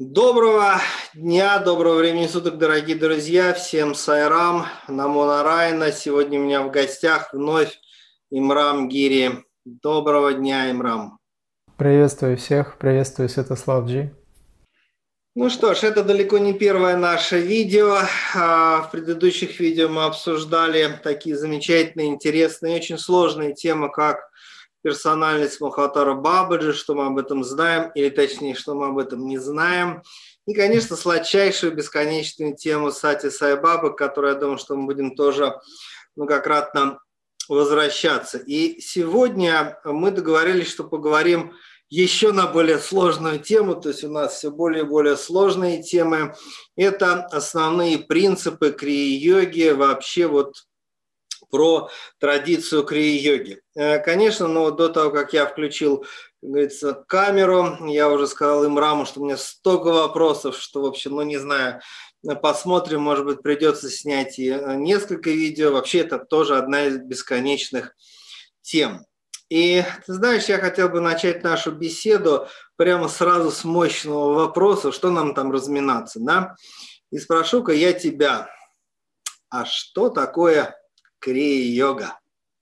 Доброго дня, доброго времени суток, дорогие друзья. Всем сайрам, намо нарайна. Сегодня у меня в гостях вновь Имрам Гири. Доброго дня, Имрам. Приветствую всех, приветствую Святослав-джи. Ну что ж, это далеко не первое наше видео. В предыдущих видео мы обсуждали такие замечательные, интересные, очень сложные темы, как персональность Махаватара Бабаджи, что мы об этом знаем, или точнее, что мы об этом не знаем. И, конечно, сладчайшую, бесконечную тему Сати Сай Бабы, к которой, я думаю, что мы будем тоже многократно возвращаться. И сегодня мы договорились, что поговорим еще на более сложную тему, то есть у нас все более и более сложные темы. Это основные принципы крия-йоги, вообще вот про традицию крия-йоги. Конечно, но до того, как я включил, как говорится, камеру, я уже сказал Имраму, что у меня столько вопросов, что, в общем, не знаю, посмотрим, может быть, придется снять и несколько видео. Вообще, это тоже одна из бесконечных тем. И, ты знаешь, я хотел бы начать нашу беседу прямо сразу с мощного вопроса, что нам там разминаться, да? И спрошу-ка я тебя, а что такое крия-йога?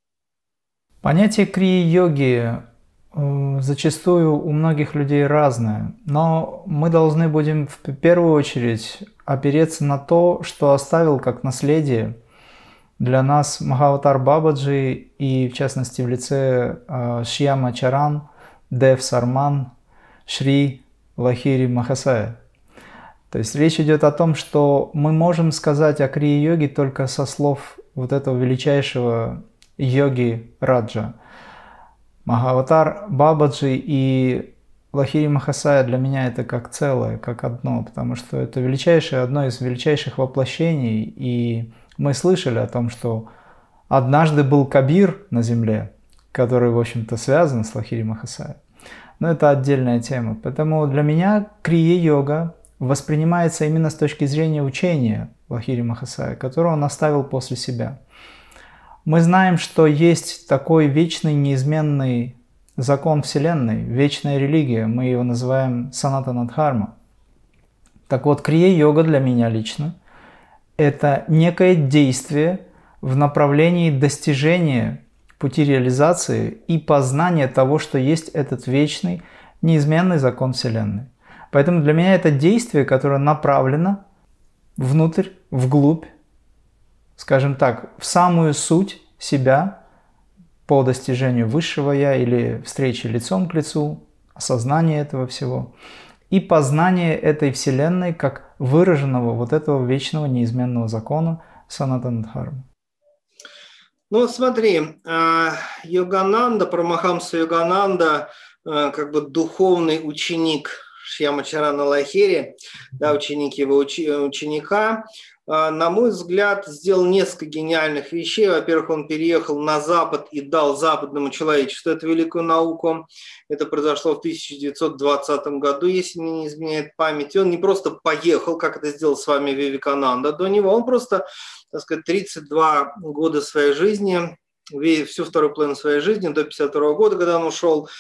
Понятие крия-йоги зачастую у многих людей разное, но мы должны будем в первую очередь опереться на то, что оставил как наследие для нас Махаватар Бабаджи и в частности в лице Шьяма Чаран, Дев Сарман, Шри Лахири Махасая. То есть речь идет о том, что мы можем сказать о крия-йоге только со слов вот этого величайшего йоги Раджа. Махаватар Бабаджи и Лахири Махасая для меня это как целое, как одно, потому что это одно из величайших воплощений, и мы слышали о том, что однажды был Кабир на земле, который, в общем-то, связан с Лахири Махасая. Но это отдельная тема. Поэтому для меня крия-йога воспринимается именно с точки зрения учения Лахири Махасая, которое он оставил после себя. Мы знаем, что есть такой вечный, неизменный закон Вселенной, вечная религия, мы его называем Санатана Дхарма. Так вот, крия-йога для меня лично – это некое действие в направлении достижения пути реализации и познания того, что есть этот вечный, неизменный закон Вселенной. Поэтому для меня это действие, которое направлено внутрь, вглубь, скажем так, в самую суть себя по достижению высшего Я или встречи лицом к лицу, осознание этого всего и познание этой Вселенной как выраженного вот этого вечного неизменного закона Санатана Дхармы. Ну, смотри, Йогананда, Парамахамса Йогананда, как бы духовный ученик Шьямачарана Лахири, да, ученик его ученика, на мой взгляд, сделал несколько гениальных вещей. Во-первых, он переехал на Запад и дал западному человечеству эту великую науку. Это произошло в 1920 году, если мне не изменяет память. И он не просто поехал, как это сделал с вами Вивекананда до него, он просто, так сказать, 32 года своей жизни, всю вторую половину своей жизни, до 1952 года, когда он ушел,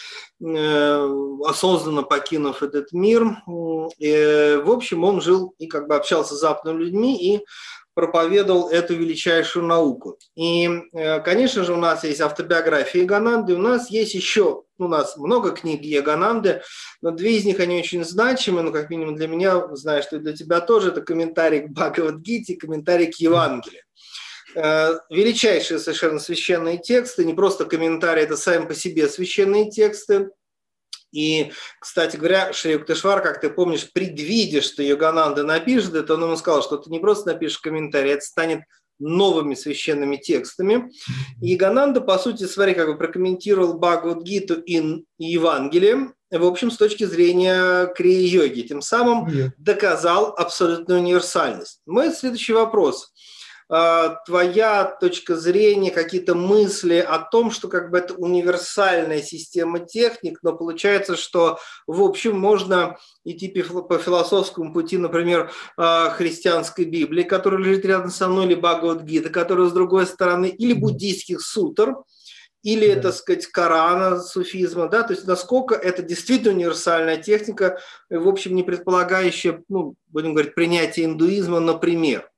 осознанно покинув этот мир. И, в общем, он жил и как бы общался с западными людьми и проповедовал эту величайшую науку. И, конечно же, у нас есть автобиография Йогананды, у нас есть еще, у нас много книг Йогананды, но две из них, они очень значимы, как минимум для меня, знаю, что и для тебя тоже, это комментарий к Бхагавад-гите, комментарий к Евангелию. Величайшие совершенно священные тексты, не просто комментарии, это сами по себе священные тексты. И, кстати говоря, Шри Юктешвар, как ты помнишь, предвидя, что Йогананда напишет это, он ему сказал, что ты не просто напишешь комментарий, это станет новыми священными текстами. И Йогананда, по сути, смотри, как бы прокомментировал Бхагавад-гиту и Евангелие, в общем, с точки зрения крия-йоги, тем самым доказал абсолютную универсальность. Мой следующий вопрос. Твоя точка зрения, какие-то мысли о том, что как бы это универсальная система техник, но получается, что в общем можно идти по философскому пути, например, христианской Библии, которая лежит рядом со мной, или Бхагавад-гита, которая с другой стороны, или буддийских сутр, или это, так сказать, Корана, суфизма, да, то есть насколько это действительно универсальная техника, в общем, не предполагающая, ну, будем говорить, принятие индуизма, например.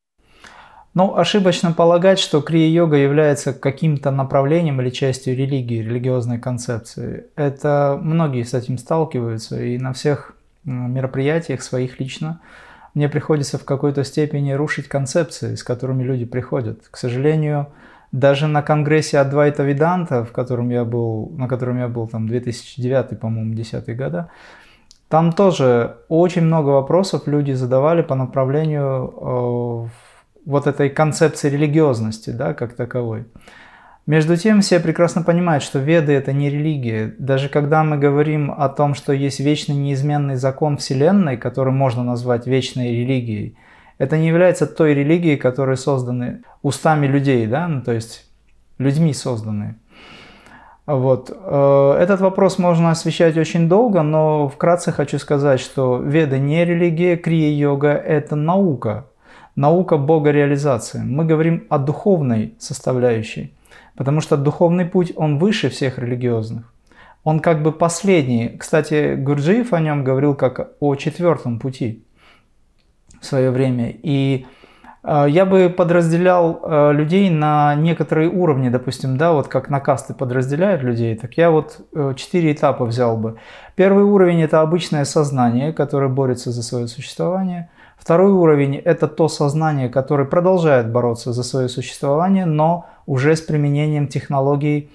Ну, ошибочно полагать, что крия-йога является каким-то направлением или частью религии, религиозной концепции. Это многие с этим сталкиваются, и на всех мероприятиях своих лично мне приходится в какой-то степени рушить концепции, с которыми люди приходят. К сожалению, даже на конгрессе Адвайта Веданта, на котором я был там 2009, по-моему, 10 года, там тоже очень много вопросов люди задавали по направлению вот этой концепции религиозности, да, как таковой. Между тем, все прекрасно понимают, что Веды – это не религия. Даже когда мы говорим о том, что есть вечный неизменный закон Вселенной, который можно назвать вечной религией, это не является той религией, которая созданы устами людей, да, ну, то есть людьми созданы. Вот. Этот вопрос можно освещать очень долго, но вкратце хочу сказать, что Веды не религия, крия-йога – это наука. Наука богореализации. Мы говорим о духовной составляющей, потому что духовный путь, он выше всех религиозных. Он как бы последний. Кстати, Гурджиев о нем говорил как о 4-м пути в свое время. И я бы подразделял людей на некоторые уровни, допустим, да, вот как на касты подразделяют людей, так я вот 4 этапа взял бы. Первый уровень – это обычное сознание, которое борется за свое существование. Второй уровень – это то сознание, которое продолжает бороться за свое существование, но уже с применением технологий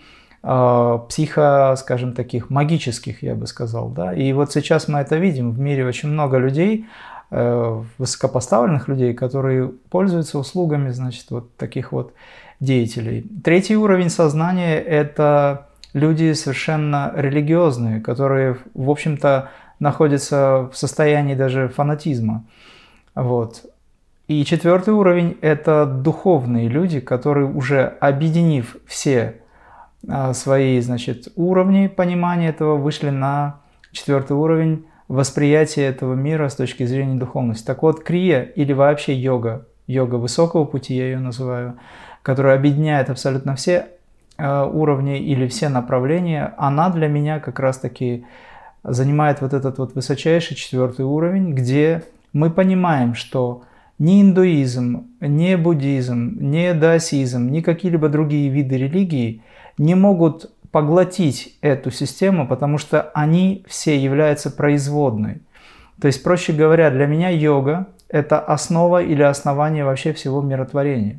скажем, таких магических, я бы сказал. Да? И вот сейчас мы это видим. В мире очень много людей, высокопоставленных людей, которые пользуются услугами, значит, вот таких вот деятелей. Третий уровень сознания – это люди совершенно религиозные, которые, в общем-то, находятся в состоянии даже фанатизма. Вот. И 4-й уровень – это духовные люди, которые, уже объединив все свои, значит, уровни понимания этого, вышли на 4-й уровень восприятия этого мира с точки зрения духовности. Так вот, крия или вообще йога высокого пути, я ее называю, которая объединяет абсолютно все уровни или все направления, она для меня как раз-таки занимает вот этот вот высочайший 4-й уровень, где мы понимаем, что ни индуизм, ни буддизм, ни даосизм, ни какие-либо другие виды религии не могут поглотить эту систему, потому что они все являются производной. То есть, проще говоря, для меня йога – это основа или основание вообще всего миротворения,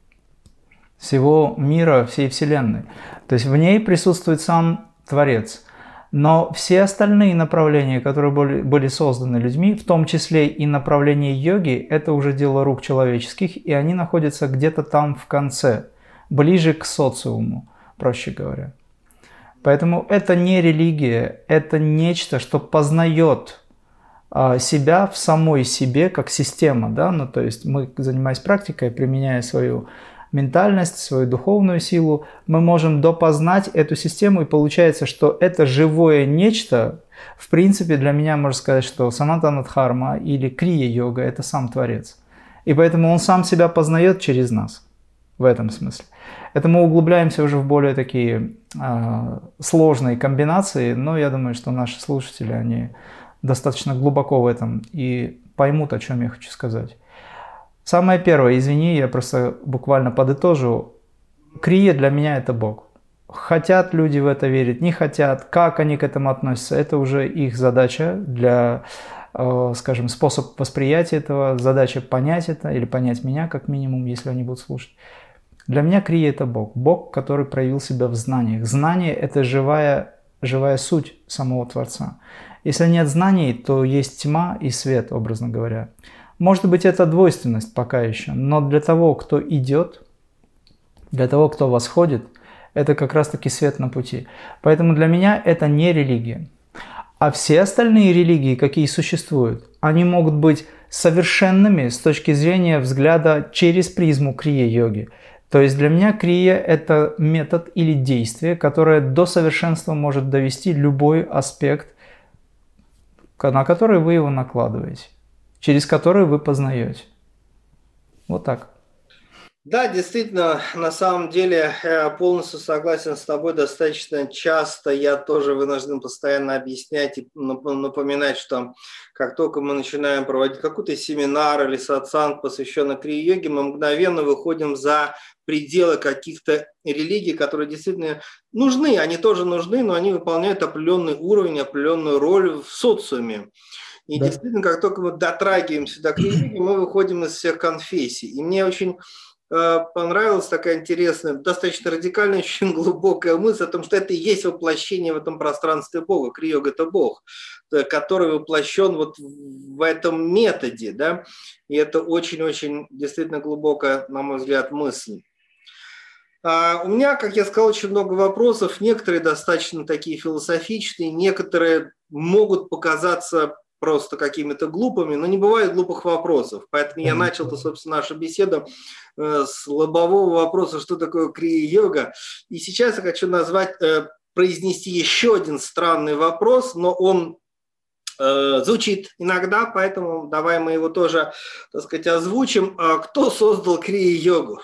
всего мира, всей Вселенной. То есть в ней присутствует сам Творец. Но все остальные направления, которые были созданы людьми, в том числе и направление йоги, это уже дело рук человеческих, и они находятся где-то там в конце, ближе к социуму, проще говоря. Поэтому это не религия, это нечто, что познает себя в самой себе как система. Да? Ну, то есть мы, занимаясь практикой, применяя свою ментальность, свою духовную силу, мы можем допознать эту систему, и получается, что это живое нечто. В принципе, для меня можно сказать, что санатана дхарма или крия-йога – это сам Творец. И поэтому он сам себя познает через нас, в этом смысле. Это мы углубляемся уже в более такие сложные комбинации, но я думаю, что наши слушатели, они достаточно глубоко в этом и поймут, о чем я хочу сказать. Самое первое, извини, я просто буквально подытожу. Крия для меня – это Бог. Хотят люди в это верить, не хотят, как они к этому относятся, это уже их задача для, скажем, способ восприятия этого, задача понять это или понять меня, как минимум, если они будут слушать. Для меня крия – это Бог. Бог, который проявил себя в знаниях. Знание – это живая суть самого Творца. Если нет знаний, то есть тьма и свет, образно говоря. Может быть, это двойственность пока еще, но для того, кто идет, для того, кто восходит, это как раз-таки свет на пути. Поэтому для меня это не религия. А все остальные религии, какие существуют, они могут быть совершенными с точки зрения взгляда через призму крия-йоги. То есть для меня крия – это метод или действие, которое до совершенства может довести любой аспект, на который вы его накладываете, через который вы познаете. Вот так. Да, действительно, на самом деле я полностью согласен с тобой. Достаточно часто я тоже вынужден постоянно объяснять и напоминать, что как только мы начинаем проводить какой-то семинар или сатсанг, посвященный крия-йоге, мы мгновенно выходим за пределы каких-то религий, которые действительно нужны. Они тоже нужны, но они выполняют определенный уровень, определенную роль в социуме. И Да. действительно, как только мы дотрагиваемся до крия-йоги, мы выходим из всех конфессий. И мне очень понравилась такая интересная, достаточно радикальная, очень глубокая мысль о том, что это и есть воплощение в этом пространстве Бога. Крия-йога – это Бог, который воплощен вот в этом методе. Да? И это очень-очень действительно глубокая, на мой взгляд, мысль. У меня, как я сказал, очень много вопросов. Некоторые достаточно такие философичные, некоторые могут показаться просто какими-то глупыми, но не бывает глупых вопросов. Поэтому я начал, собственно, нашу беседу с лобового вопроса, что такое крия-йога. И сейчас я хочу произнести еще один странный вопрос, но он звучит иногда, поэтому давай мы его тоже, так сказать, озвучим. Кто создал крия-йогу?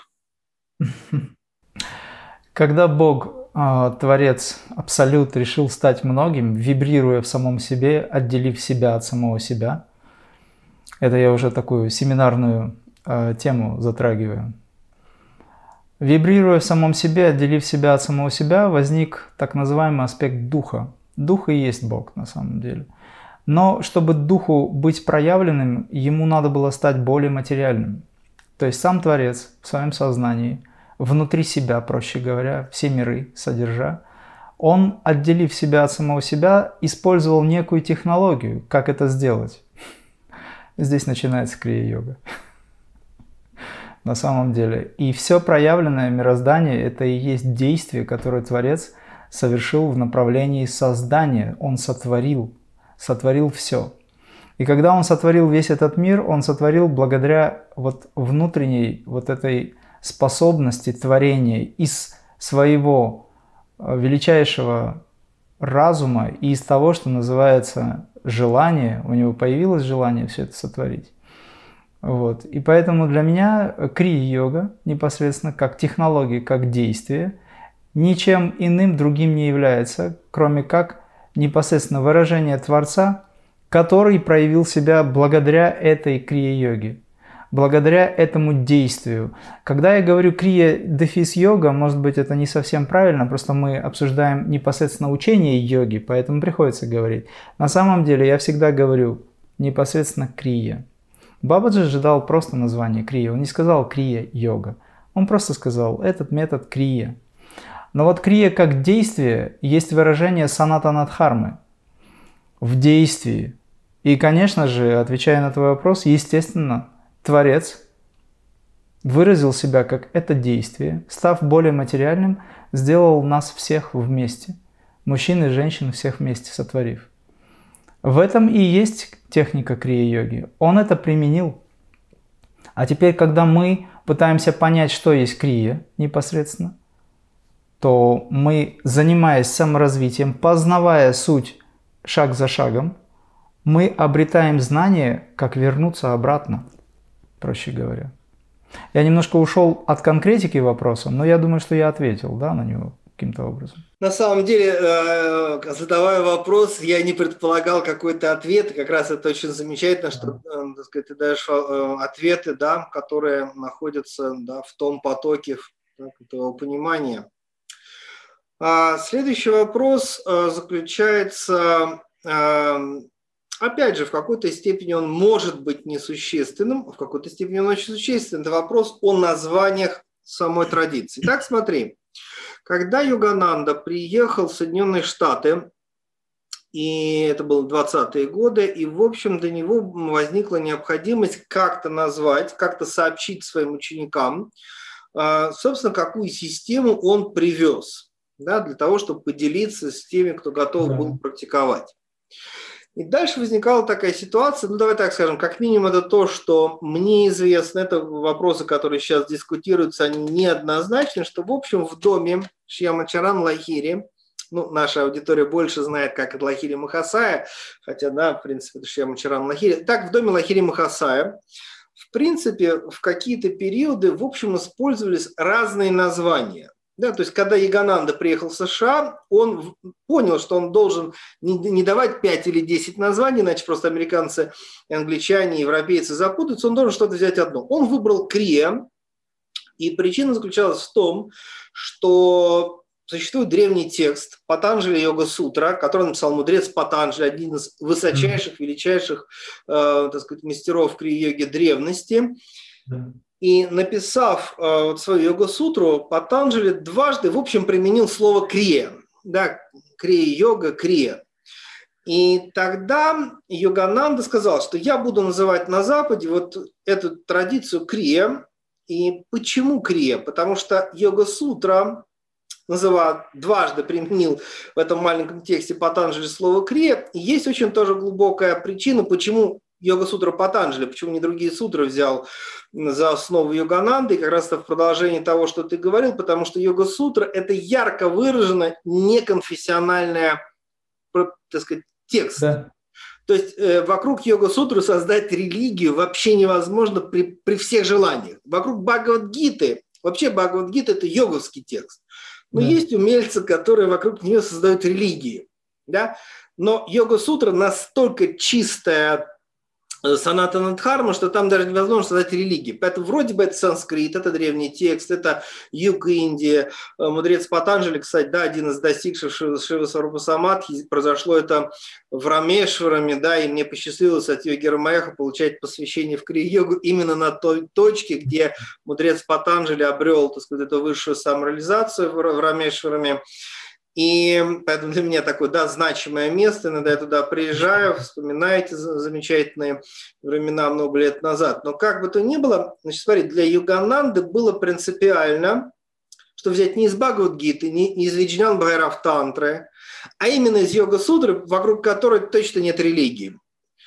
Когда Бог, Творец, Абсолют, решил стать многим, вибрируя в самом себе, отделив себя от самого себя, это я уже такую семинарную тему затрагиваю. Вибрируя в самом себе, отделив себя от самого себя, возник так называемый аспект духа. Дух и есть Бог на самом деле. Но чтобы духу быть проявленным, ему надо было стать более материальным. То есть сам Творец в своем сознании, внутри себя, проще говоря, все миры содержа, он, отделив себя от самого себя, использовал некую технологию, как это сделать. Здесь начинается крия-йога. На самом деле. И все проявленное мироздание – это и есть действие, которое Творец совершил в направлении создания. Он сотворил все. И когда он сотворил весь этот мир, он сотворил благодаря вот внутренней вот этой способности творения из своего величайшего разума и из того, что называется желание, у него появилось желание все это сотворить. Вот. И поэтому для меня крия-йога непосредственно как технология, как действие, ничем иным другим не является, кроме как непосредственно выражение Творца, который проявил себя благодаря этой крия-йоге, благодаря этому действию. Когда я говорю крия-йога, может быть, это не совсем правильно, просто мы обсуждаем непосредственно учение йоги, поэтому приходится говорить. На самом деле я всегда говорю непосредственно крия. Бабаджи же дал просто название крия, он не сказал крия-йога, он просто сказал этот метод крия. Но вот крия как действие есть выражение санатана-дхармы в действии. И, конечно же, отвечая на твой вопрос, естественно, Творец выразил себя как это действие, став более материальным, сделал нас всех вместе, мужчин и женщин всех вместе сотворив. В этом и есть техника крия-йоги. Он это применил. А теперь, когда мы пытаемся понять, что есть крия непосредственно, то мы, занимаясь саморазвитием, познавая суть шаг за шагом, мы обретаем знание, как вернуться обратно, проще говоря. Я немножко ушел от конкретики вопроса, но я думаю, что я ответил, да, на него каким-то образом. На самом деле, задавая вопрос, я не предполагал какой-то ответ. Как раз это очень замечательно, что, так сказать, ты даешь ответы, да, которые находятся, да, в том потоке, да, этого понимания. Следующий вопрос заключается, опять же, в какой-то степени он может быть несущественным, в какой-то степени он очень существенный. Это вопрос о названиях самой традиции. Так, смотри. Когда Йогананда приехал в Соединенные Штаты, и это было 20-е годы, и, в общем, для него возникла необходимость как-то назвать, как-то сообщить своим ученикам, собственно, какую систему он привез, да, для того, чтобы поделиться с теми, кто готов был практиковать. И дальше возникала такая ситуация, ну давай так скажем, как минимум это то, что мне известно, это вопросы, которые сейчас дискутируются, они неоднозначны, что в общем в доме Шьямачаран Лахири, ну наша аудитория больше знает, как это Лахири Махасая, хотя да, в принципе это Шьямачаран Лахири, так в доме Лахири Махасая в принципе, в какие-то периоды, в общем, использовались разные названия. Да, то есть, когда Йогананда приехал в США, он понял, что он должен не давать 5 или 10 названий, иначе просто американцы, англичане, европейцы запутаются, он должен что-то взять одно. Он выбрал Крия, и причина заключалась в том, что существует древний текст Патанджали Йога-сутра, который написал мудрец Патанджали, один из высочайших, величайших, так сказать, мастеров крия-йоги древности. И написав свою йога-сутру, Патанджали дважды, в общем, применил слово «крия». Да, крия-йога, крия. И тогда Йогананда сказал, что я буду называть на Западе вот эту традицию крия. И почему крия? Потому что йога-сутра дважды применил в этом маленьком тексте Патанджали слово крия. И есть очень тоже глубокая причина, почему Йога-сутра Патанджали, почему не другие сутры взял за основу Йогананды, и как раз это в продолжении того, что ты говорил, потому что Йога-сутра – это ярко выраженная неконфессиональная, так сказать, текст. Да. То есть вокруг Йога-сутры создать религию вообще невозможно при всех желаниях. Вокруг Бхагавад-гиты, вообще Бхагавад-гита – это йоговский текст. Но есть умельцы, которые вокруг нее создают религии. Да? Но Йога-сутра настолько чистая Санатана Дхарма, что там даже невозможно создать религии. Поэтому вроде бы это санскрит, это древний текст, это юг Индии. Мудрец Патанджали, кстати, да, один из достигших Шива Сварупа Самадхи. Произошло это в Рамешвараме, да, и мне посчастливилось от йоги Рамаеха получать посвящение в крия-йогу именно на той точке, где мудрец Патанджали обрел, так сказать, эту высшую самореализацию в Рамешвараме. И поэтому для меня такое, да, значимое место. Иногда я туда приезжаю, вспоминаю эти замечательные времена много лет назад. Но как бы то ни было, значит, смотри, для Йогананды было принципиально, что взять не из Бхагавад-гиты, не из Виджнян Бхайрав Тантры, а именно из Йога-сутры, вокруг которой точно нет религии.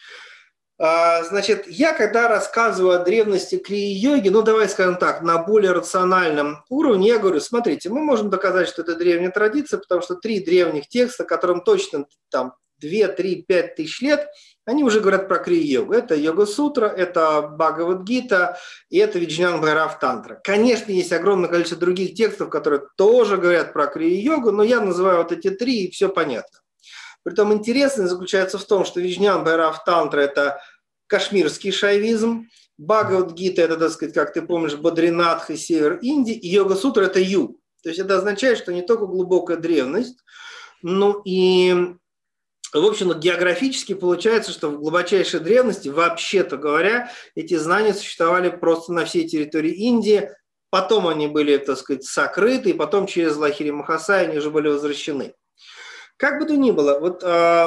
Значит, я когда рассказываю о древности крия-йоги, ну давай скажем так, на более рациональном уровне, я говорю, смотрите, мы можем доказать, что это древняя традиция, потому что 3 древних текста, которым точно там 2, 3, 5 тысяч лет, они уже говорят про крия-йогу. Это Йога-сутра, это Бхагавад-гита и это Виджнян Бхайрав Тантра. Конечно, есть огромное количество других текстов, которые тоже говорят про крия-йогу, но я называю вот эти 3, и все понятно. Притом интересное заключается в том, что Виджнян Бхайрав Тантра – это кашмирский шайвизм, Бхагавад-гита – это, так сказать, как ты помнишь, Бадринатх и север Индии, и Йога-сутра – это юг. То есть это означает, что не только глубокая древность, но и, в общем, географически получается, что в глубочайшей древности, вообще-то говоря, эти знания существовали просто на всей территории Индии, потом они были, так сказать, сокрыты, и потом через Лахири Махасай они уже были возвращены. Как бы то ни было, вот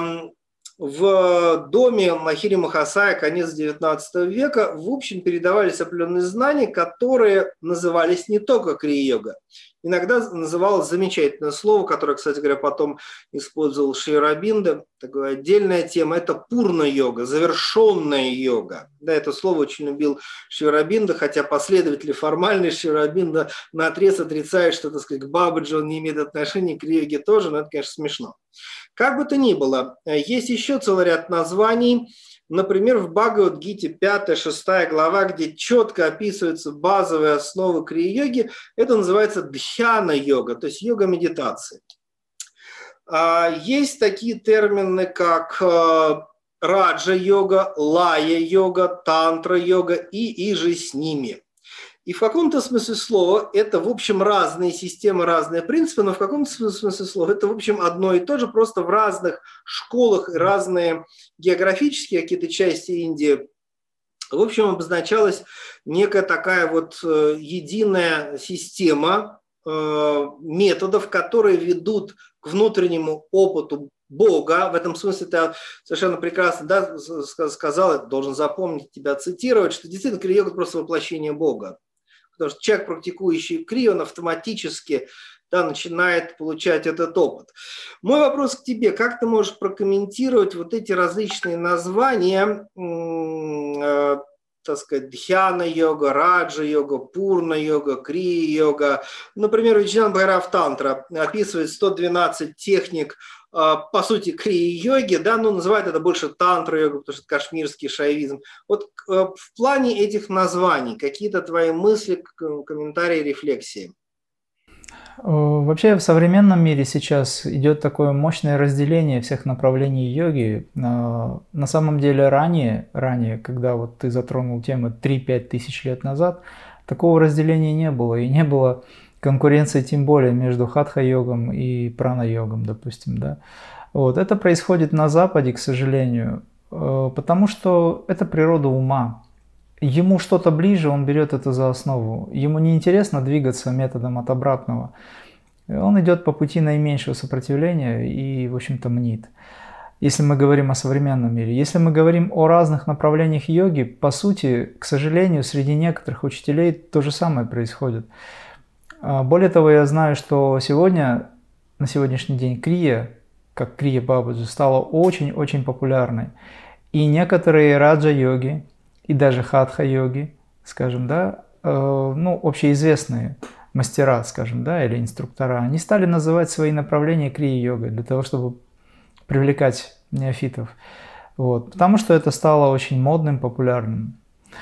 в доме Лахири Махасая, конец XIX века, в общем, передавались определенные знания, которые назывались не только крия-йога. Иногда называлось замечательное слово, которое, кстати говоря, потом использовал Шри Ауробиндо, такая отдельная тема, это пурна-йога, завершенная йога. Да, это слово очень любил Шри Ауробиндо, хотя последователи формальные Шри Ауробиндо наотрез отрицают, что, так сказать, к Бабаджи он не имеет отношения, к крия-йоге тоже, но это, конечно, смешно. Как бы то ни было, есть еще целый ряд названий. Например, в Бхагавад-гите 5-6 глава, где четко описываются базовые основы крия-йоги, это называется дхьяна-йога, то есть йога медитации. Есть такие термины, как раджа-йога, лая-йога, тантра-йога и же с ними. И в каком-то смысле слова это, в общем, разные системы, разные принципы, но в каком-то смысле слова это, в общем, одно и то же, просто в разных школах и разные географические какие-то части Индии. В общем, обозначалась некая такая вот единая система методов, которые ведут к внутреннему опыту Бога. В этом смысле ты совершенно прекрасно, да, сказал, должен запомнить, тебя цитировать, что действительно крия-йога – это просто воплощение Бога. Потому что человек, практикующий крию, он автоматически, да, начинает получать этот опыт. Мой вопрос к тебе. Как ты можешь прокомментировать вот эти различные названия, так сказать, дхьяна-йога, раджа-йога, пурна-йога, крия-йога? Например, Виджнян Бхайрав Тантра описывает 112 техник по сути, крия-йоги, да, ну, называют это больше тантра-йога, потому что это кашмирский шайвизм. Вот в плане этих названий какие-то твои мысли, комментарии, рефлексии? Вообще в современном мире сейчас идет такое мощное разделение всех направлений йоги. На самом деле ранее, когда вот ты затронул тему 3-5 тысяч лет назад, такого разделения не было. И не было конкуренции тем более между хатха-йогом и прана-йогом, допустим. Да? Вот. Это происходит на Западе, к сожалению, потому что это природа ума. Ему что-то ближе, он берет это за основу. Ему не интересно двигаться методом от обратного. Он идет по пути наименьшего сопротивления и, в общем-то, мнит. Если мы говорим о современном мире. Если мы говорим о разных направлениях йоги, по сути, к сожалению, среди некоторых учителей то же самое происходит. Более того, я знаю, что на сегодняшний день крия, как крия Бабаджи, стала очень-очень популярной. И некоторые раджа-йоги, и даже хатха-йоги, скажем, да, ну, общеизвестные мастера, скажем, да, или инструктора, они стали называть свои направления крия-йогой для того, чтобы привлекать неофитов. Вот, потому что это стало очень модным, популярным.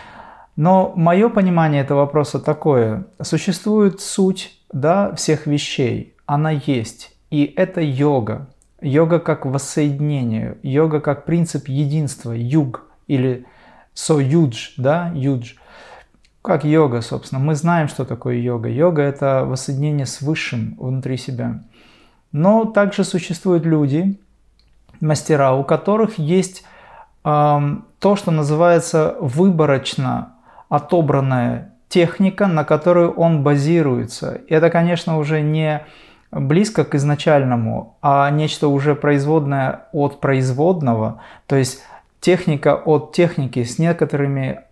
Но мое понимание этого вопроса такое. Существует суть, да, всех вещей. Она есть. И это йога. Йога как воссоединение. Йога как принцип единства. Юг или союдж, да, юдж. Как йога, собственно. Мы знаем, что такое йога. Йога – это воссоединение с Высшим внутри себя. Но также существуют люди, мастера, у которых есть то, что называется выборочно отобранная техника, на которую он базируется. И это, конечно, уже не близко к изначальному, а нечто уже производное от производного, то есть техника от техники с некоторыми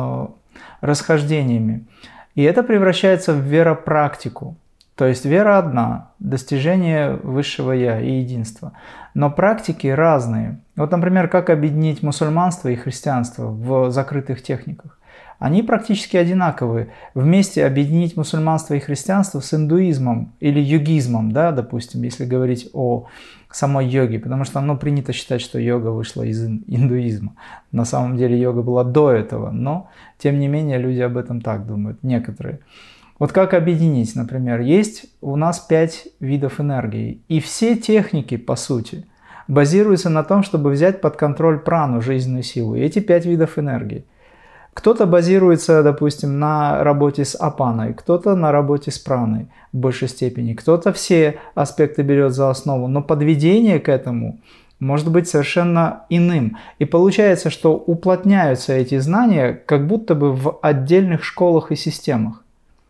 расхождениями. И это превращается в веропрактику. То есть вера одна, достижение высшего Я и единства. Но практики разные. Вот, например, как объединить мусульманство и христианство в закрытых техниках. Они практически одинаковые. Вместе объединить мусульманство и христианство с индуизмом или йогизмом, да, допустим, если говорить о самой йоге, потому что принято считать, что йога вышла из индуизма. На самом деле йога была до этого, но тем не менее люди об этом так думают, некоторые. Вот как объединить, например, есть у нас 5 видов энергии, и все техники, по сути, базируются на том, чтобы взять под контроль прану, жизненную силу, и эти 5 видов энергии. Кто-то базируется, допустим, на работе с апаной, кто-то на работе с праной в большей степени, кто-то все аспекты берет за основу, но подведение к этому может быть совершенно иным. И получается, что уплотняются эти знания как будто бы в отдельных школах и системах.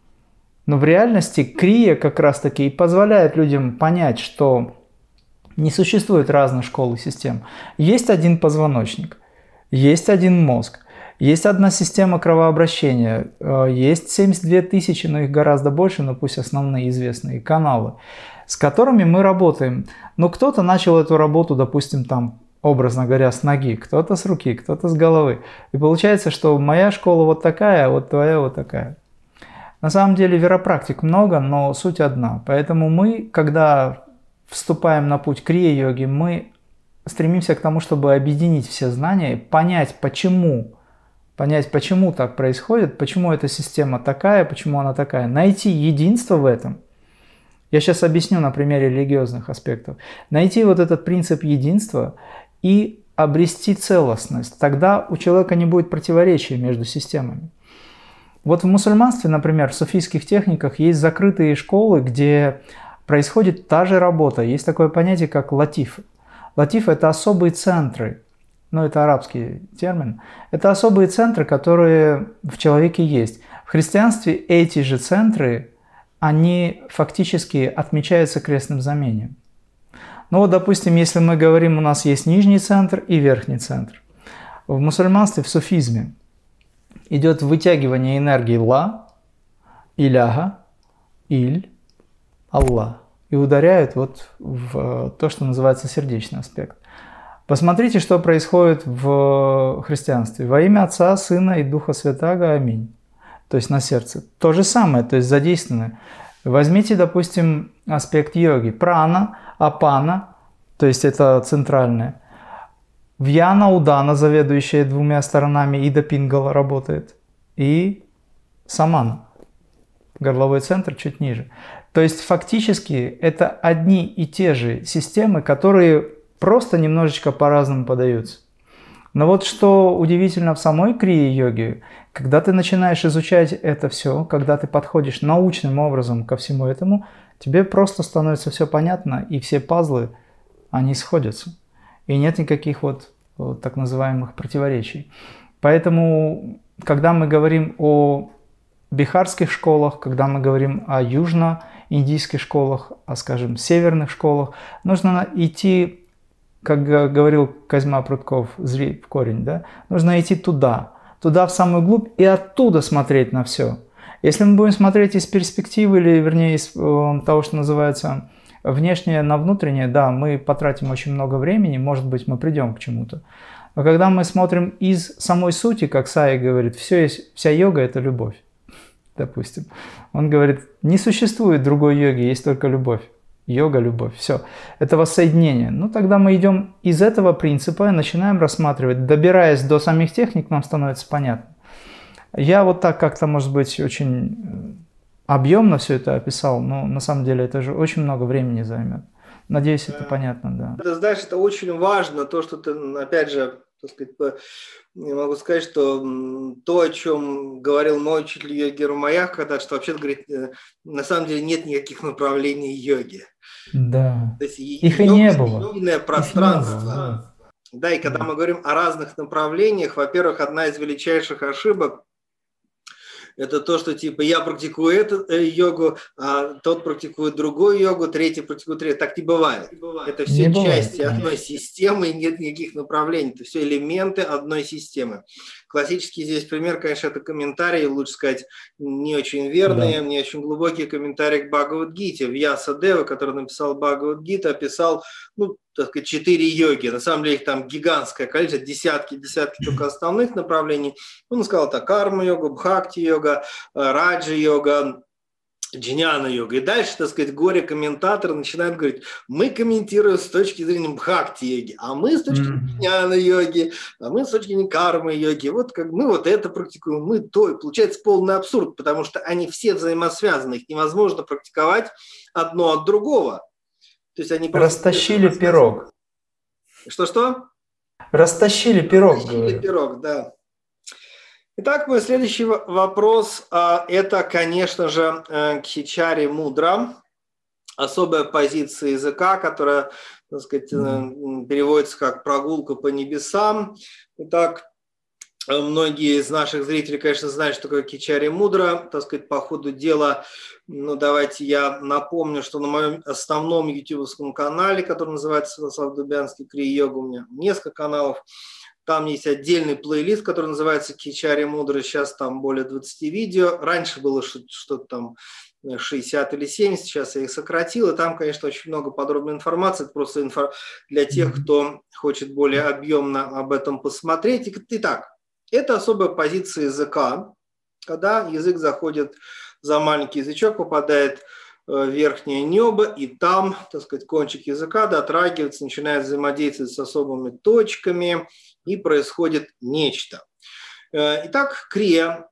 Но в реальности крия как раз-таки и позволяет людям понять, что не существует разных школ и систем. Есть один позвоночник, есть один мозг. Есть одна система кровообращения, есть 72 тысячи, но их гораздо больше, но пусть основные известные каналы, с которыми мы работаем. Но кто-то начал эту работу, допустим, там, образно говоря, с ноги, кто-то с руки, кто-то с головы. И получается, что моя школа вот такая, а вот твоя вот такая. На самом деле веропрактик много, но суть одна. Поэтому мы, когда вступаем на путь крия-йоги, мы стремимся к тому, чтобы объединить все знания, понять, почему так происходит, почему эта система такая, почему она такая. Найти единство в этом. Я сейчас объясню на примере религиозных аспектов. Найти вот этот принцип единства и обрести целостность. Тогда у человека не будет противоречия между системами. Вот в мусульманстве, например, в суфийских техниках есть закрытые школы, где происходит та же работа. Есть такое понятие, как латиф. Латиф – это особые центры. Это арабский термин, это особые центры, которые в человеке есть. В христианстве эти же центры, они фактически отмечаются крестным знамением. Допустим, если мы говорим, у нас есть нижний центр и верхний центр. В мусульманстве, в суфизме идет вытягивание энергии ла, иляха, иль, Аллах. И ударяют в то, что называется сердечный аспект. Посмотрите, что происходит в христианстве. Во имя Отца, Сына и Духа Святаго. Аминь. То есть на сердце. То же самое, то есть задействовано. Возьмите, допустим, аспект йоги. Прана, апана, то есть это центральное. Вьяна Удана, заведующая двумя сторонами Ида Пингала, работает. И Самана, горловой центр чуть ниже. То есть фактически это одни и те же системы, которые просто немножечко по-разному подаются. Но вот что удивительно в самой крия-йоге, когда ты начинаешь изучать это все, когда ты подходишь научным образом ко всему этому, тебе просто становится все понятно, и все пазлы, они сходятся. И нет никаких вот так называемых противоречий. Поэтому, когда мы говорим о бихарских школах, когда мы говорим о южно-индийских школах, о, скажем, северных школах, нужно идти, как говорил Козьма Прутков, зри в корень, да? Нужно идти туда, в самую глубь, и оттуда смотреть на все. Если мы будем смотреть из перспективы, или вернее из того, что называется внешнее на внутреннее, да, мы потратим очень много времени, может быть, мы придем к чему-то. Но когда мы смотрим из самой сути, как Сай говорит, вся йога – это любовь, допустим. Он говорит, не существует другой йоги, есть только любовь. Йога – любовь. Все. Это воссоединение. Ну, тогда мы идем из этого принципа и начинаем рассматривать. Добираясь до самих техник, нам становится понятно. Я вот так как-то, может быть, очень объемно все это описал, но на самом деле это же очень много времени займет. Надеюсь, это понятно, да. Ты знаешь, это очень важно, то, что ты, опять же, так сказать, я могу сказать, что то, о чем говорил мой учитель йоги Рамаях, когда что вообще говорит, на самом деле нет никаких направлений йоги. Да. То есть их и не было. Единое пространство. Да, и когда мы говорим о разных направлениях, во-первых, одна из величайших ошибок это то, что типа я практикую эту йогу, а тот практикует другую йогу, третий практикует третью. Так не бывает. Это все не части бывает, одной системы, и нет никаких направлений. Это все элементы одной системы. Классический здесь пример, конечно, это комментарии, лучше сказать, не очень верные, не очень глубокие комментарии к Бхагавад-гите. Вьяса Дева, который написал Бхагавад-гиту, описал, ну, так сказать, 4 йоги. На самом деле их там гигантское количество, десятки только основных направлений. Он сказал так: карма-йога, бхакти-йога, раджа-йога, джняна-йога. И дальше, так сказать, горе-комментаторы начинают говорить, мы комментируем с точки зрения бхакти-йоги, а мы с точки зрения джняна-йоги, а мы с точки зрения кармы-йоги. Вот как мы вот это практикуем, мы то. И получается полный абсурд, потому что они все взаимосвязаны. Их невозможно практиковать одно от другого. То есть они растащили пирог. Что-что? Растащили пирог. Растащили пирог, да. Итак, мой следующий вопрос – это, конечно же, Кхичари Мудра, особая позиция языка, которая, так сказать, переводится как «прогулка по небесам». Итак, многие из наших зрителей, конечно, знают, что такое Кхичари Мудра. Так сказать, по ходу дела, ну, давайте я напомню, что на моем основном ютубовском канале, который называется «Савдубянский крия-йога», у меня несколько каналов. Там есть отдельный плейлист, который называется Кхичари Мудра. Сейчас там более 20 видео. Раньше было что-то там 60 или 70, сейчас я их сократил. И там, конечно, очень много подробной информации. Это просто для тех, кто хочет более объемно об этом посмотреть. Итак, это особая позиция языка, когда язык заходит за маленький язычок, попадает в верхнее небо, и там, так сказать, кончик языка дотрагивается, начинает взаимодействовать с особыми точками, и происходит нечто. Итак, крия,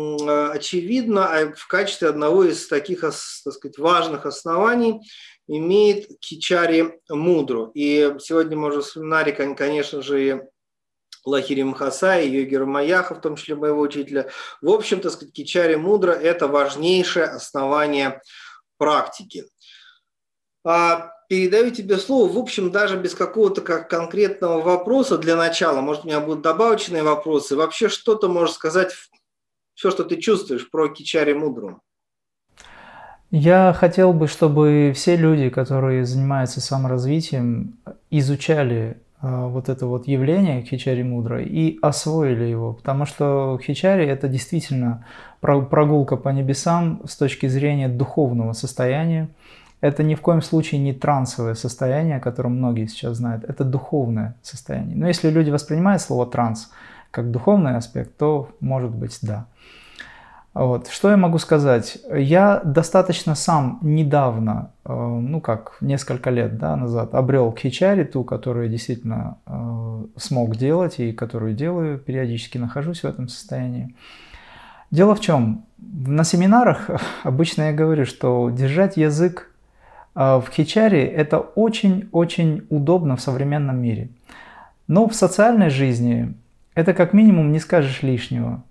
очевидно, в качестве одного из таких, так сказать, важных оснований имеет Кхичари Мудру. И сегодня мы уже вспоминали, конечно же, и Лахири Махасая, и йоги Рамаяха, в том числе моего учителя. В общем, так сказать, Кхичари Мудра – это важнейшее основание практики. Передаю тебе слово, в общем, даже без какого-то конкретного вопроса для начала. Может, у меня будут добавочные вопросы. Вообще, что ты можешь сказать, все, что ты чувствуешь про Кхичари Мудру? Я хотел бы, чтобы все люди, которые занимаются саморазвитием, изучали вот это вот явление Кхичари Мудра и освоили его. Потому что Кхичари – это действительно прогулка по небесам с точки зрения духовного состояния. Это ни в коем случае не трансовое состояние, о котором многие сейчас знают. Это духовное состояние. Но если люди воспринимают слово «транс» как духовный аспект, то, может быть, да. Вот. Что я могу сказать? Я достаточно сам недавно, ну как, несколько лет, да, назад, обрел кхичари, ту, которую я действительно смог делать и которую делаю, периодически нахожусь в этом состоянии. Дело в чем? На семинарах обычно я говорю, что держать язык в кхичари – это очень-очень удобно в современном мире. Но в социальной жизни это как минимум не скажешь лишнего.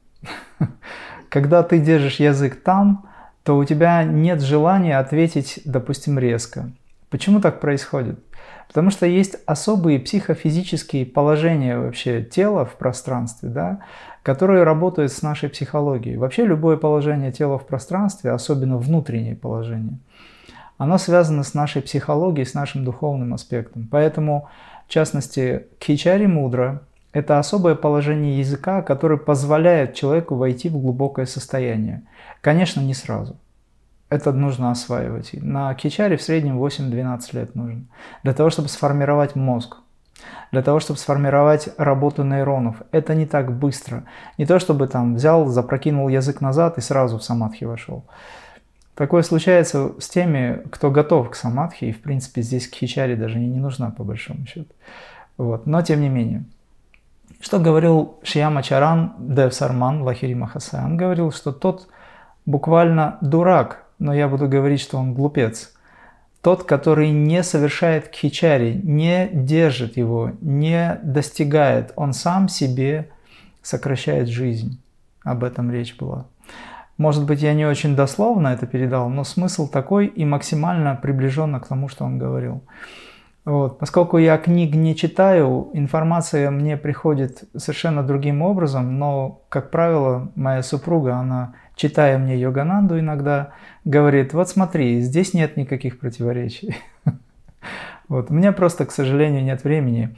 Когда ты держишь язык там, то у тебя нет желания ответить, допустим, резко. Почему так происходит? Потому что есть особые психофизические положения вообще тела в пространстве, да, которые работают с нашей психологией. Вообще любое положение тела в пространстве, особенно внутреннее положение, оно связано с нашей психологией, с нашим духовным аспектом. Поэтому, в частности, кхичари мудра – это особое положение языка, которое позволяет человеку войти в глубокое состояние. Конечно, не сразу. Это нужно осваивать. На кхичари в среднем 8-12 лет нужно. Для того, чтобы сформировать мозг. Для того, чтобы сформировать работу нейронов. Это не так быстро. Не то, чтобы там взял, запрокинул язык назад и сразу в самадхи вошел. Такое случается с теми, кто готов к самадхи. И, в принципе, здесь кхичари даже не нужна, по большому счету. Вот. Но, тем не менее. Что говорил Шьямачаран Дев Сарман Лахири Махасая? Он говорил, что тот буквально дурак, но я буду говорить, что он глупец. Тот, который не совершает кхичари, не держит его, не достигает, он сам себе сокращает жизнь. Об этом речь была. Может быть, я не очень дословно это передал, но смысл такой и максимально приближенно к тому, что он говорил. Вот. Поскольку я книг не читаю, информация мне приходит совершенно другим образом, но, как правило, моя супруга, она, читая мне Йогананду иногда, говорит: вот смотри, здесь нет никаких противоречий. Вот. У меня просто, к сожалению, нет времени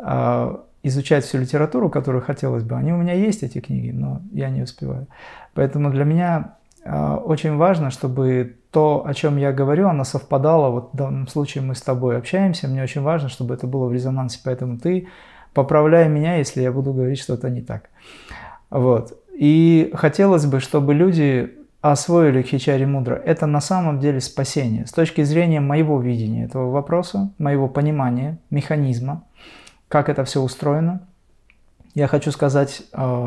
изучать всю литературу, которую хотелось бы. Они у меня есть, эти книги, но я не успеваю. Поэтому для меня очень важно, чтобы то, о чем я говорю, оно совпадало. Вот в данном случае мы с тобой общаемся, мне очень важно, чтобы это было в резонансе. Поэтому ты поправляй меня, если я буду говорить что-то не так. Вот. И хотелось бы, чтобы люди освоили кхичари мудра. Это на самом деле спасение. С точки зрения моего видения этого вопроса, моего понимания, механизма, как это все устроено, я хочу сказать,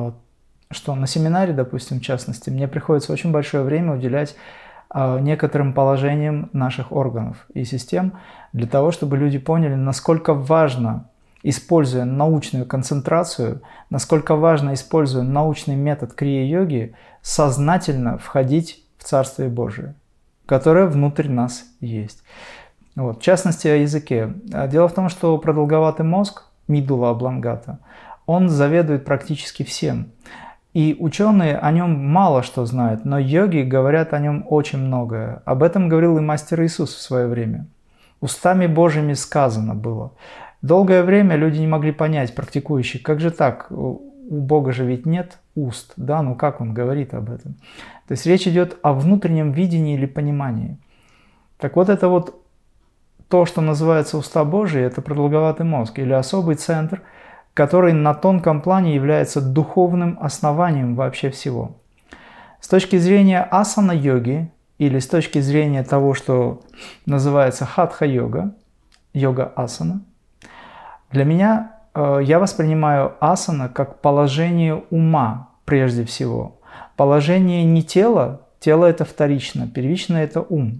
что на семинаре, допустим, в частности, мне приходится очень большое время уделять некоторым положениям наших органов и систем для того, чтобы люди поняли, насколько важно, используя научную концентрацию, насколько важно, используя научный метод крия-йоги, сознательно входить в Царствие Божие, которое внутрь нас есть. Вот. В частности, о языке. Дело в том, что продолговатый мозг, медула облонгата, он заведует практически всем. И ученые о нем мало что знают, но йоги говорят о нем очень многое. Об этом говорил и мастер Иисус в свое время. Устами Божьими сказано было. Долгое время люди не могли понять, практикующие, как же так, у Бога же ведь нет уст, да, ну как он говорит об этом. То есть речь идет о внутреннем видении или понимании. Так вот это вот то, что называется уста Божьи, это продолговатый мозг или особый центр, который на тонком плане является духовным основанием вообще всего. С точки зрения асана-йоги, или с точки зрения того, что называется хатха-йога, йога-асана, для меня я воспринимаю асана как положение ума прежде всего. Положение не тела, тело это вторично, первично это ум.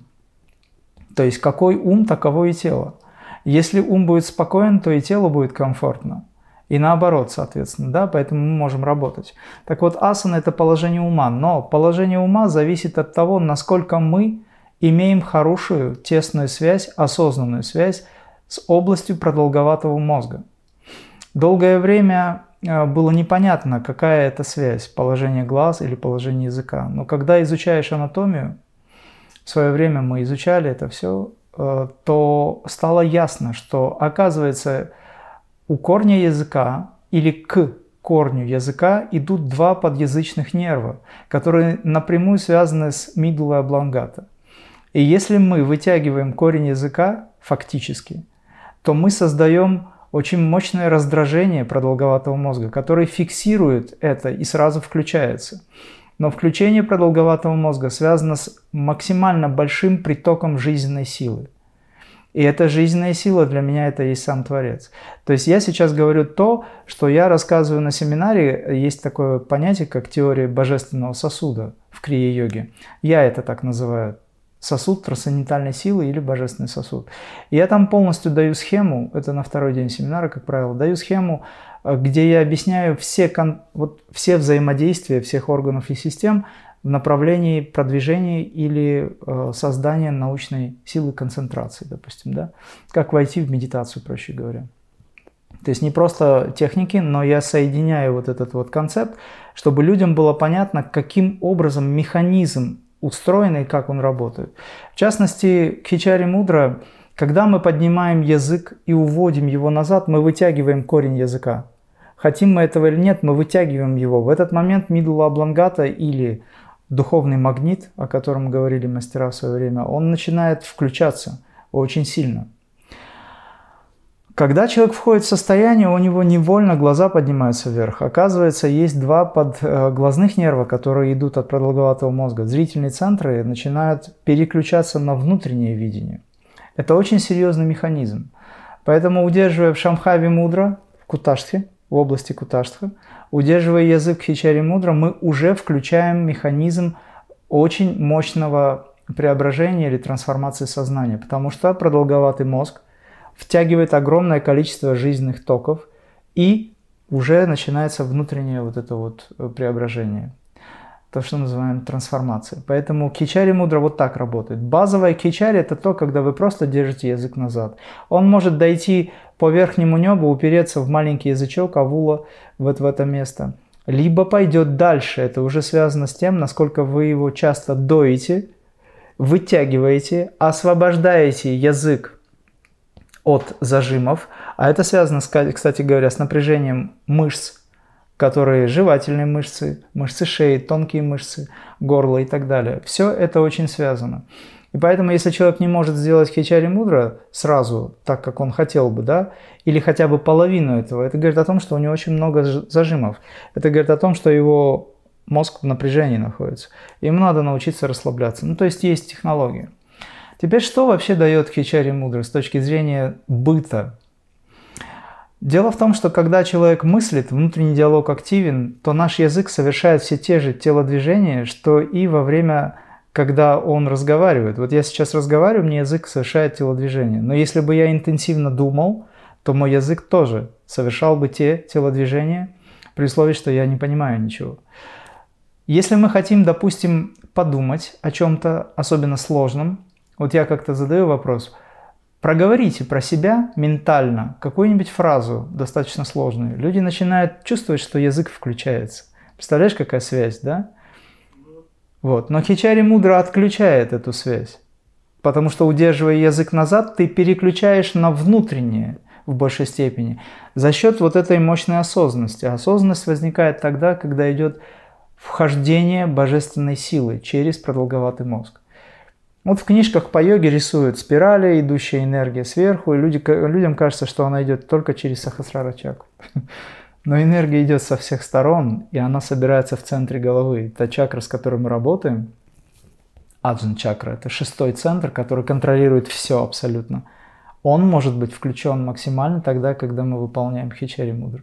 То есть какой ум, таково и тело. Если ум будет спокоен, то и телу будет комфортно. И наоборот, соответственно, да, поэтому мы можем работать. Так вот, асана – это положение ума, но положение ума зависит от того, насколько мы имеем хорошую, тесную связь, осознанную связь с областью продолговатого мозга. Долгое время было непонятно, какая это связь, положение глаз или положение языка. Но когда изучаешь анатомию, в свое время мы изучали это все, то стало ясно, что, оказывается, у корня языка или к корню языка идут два подъязычных нерва, которые напрямую связаны с медулой облонгата. И если мы вытягиваем корень языка фактически, то мы создаем очень мощное раздражение продолговатого мозга, которое фиксирует это и сразу включается. Но включение продолговатого мозга связано с максимально большим притоком жизненной силы. И эта жизненная сила для меня это и есть сам Творец. То есть я сейчас говорю то, что я рассказываю на семинаре. Есть такое понятие, как теория божественного сосуда в крия-йоге. Я это так называю. Сосуд трансцендентальной силы или божественный сосуд. И я там полностью даю схему, это на второй день семинара, как правило, даю схему, где я объясняю все взаимодействия всех органов и систем в направлении продвижения или создания научной силы концентрации, допустим, да? Как войти в медитацию, проще говоря. То есть не просто техники, но я соединяю вот этот вот концепт, чтобы людям было понятно, каким образом механизм устроен и как он работает. В частности, Кхичари Мудра, когда мы поднимаем язык и уводим его назад, мы вытягиваем корень языка. Хотим мы этого или нет, мы вытягиваем его. В этот момент Мидула Облонгата или духовный магнит, о котором говорили мастера в свое время, он начинает включаться очень сильно. Когда человек входит в состояние, у него невольно глаза поднимаются вверх. Оказывается, есть два подглазных нерва, которые идут от продолговатого мозга. Зрительные центры начинают переключаться на внутреннее видение. Это очень серьезный механизм. Поэтому, удерживая в Шамбхави Мудра, в Куташтхе, в области Куташтха, удерживая язык Кхичари Мудра, мы уже включаем механизм очень мощного преображения или трансформации сознания, потому что продолговатый мозг втягивает огромное количество жизненных токов, и уже начинается внутреннее вот это вот преображение. То, что называем трансформацией. Поэтому Кхичари Мудра вот так работает. Базовая Кхичари – это то, когда вы просто держите язык назад. Он может дойти по верхнему небу, упереться в маленький язычок, авула, вот в это место. Либо пойдет дальше. Это уже связано с тем, насколько вы его часто доите, вытягиваете, освобождаете язык от зажимов. А это связано, кстати говоря, с напряжением мышц, которые жевательные мышцы, мышцы шеи, тонкие мышцы, горла и так далее. Все это очень связано. И поэтому, если человек не может сделать Кхичари Мудра сразу, так как он хотел бы, да, или хотя бы половину этого, это говорит о том, что у него очень много зажимов. Это говорит о том, что его мозг в напряжении находится. Ему надо научиться расслабляться. Ну, то есть есть технология. Теперь, что вообще дает Кхичари Мудра с точки зрения быта? Дело в том, что когда человек мыслит, внутренний диалог активен, то наш язык совершает все те же телодвижения, что и во время, когда он разговаривает. Вот я сейчас разговариваю, мне язык совершает телодвижения. Но если бы я интенсивно думал, то мой язык тоже совершал бы те телодвижения, при условии, что я не понимаю ничего. Если мы хотим, допустим, подумать о чем-то особенно сложном, вот я как-то задаю вопрос – проговорите про себя ментально какую-нибудь фразу достаточно сложную. Люди начинают чувствовать, что язык включается. Представляешь, какая связь, да? Вот. Но Кхичари Мудра отключает эту связь. Потому что, удерживая язык назад, ты переключаешь на внутреннее в большей степени. За счет вот этой мощной осознанности. Осознанность возникает тогда, когда идет вхождение божественной силы через продолговатый мозг. Вот в книжках по йоге рисуют спирали, идущая энергия сверху, и людям кажется, что она идет только через Сахасрара чакру. Но энергия идет со всех сторон, и она собирается в центре головы. Та чакра, с которой мы работаем, Аджна чакра, это шестой центр, который контролирует все абсолютно. Он может быть включен максимально тогда, когда мы выполняем Кхичари Мудру.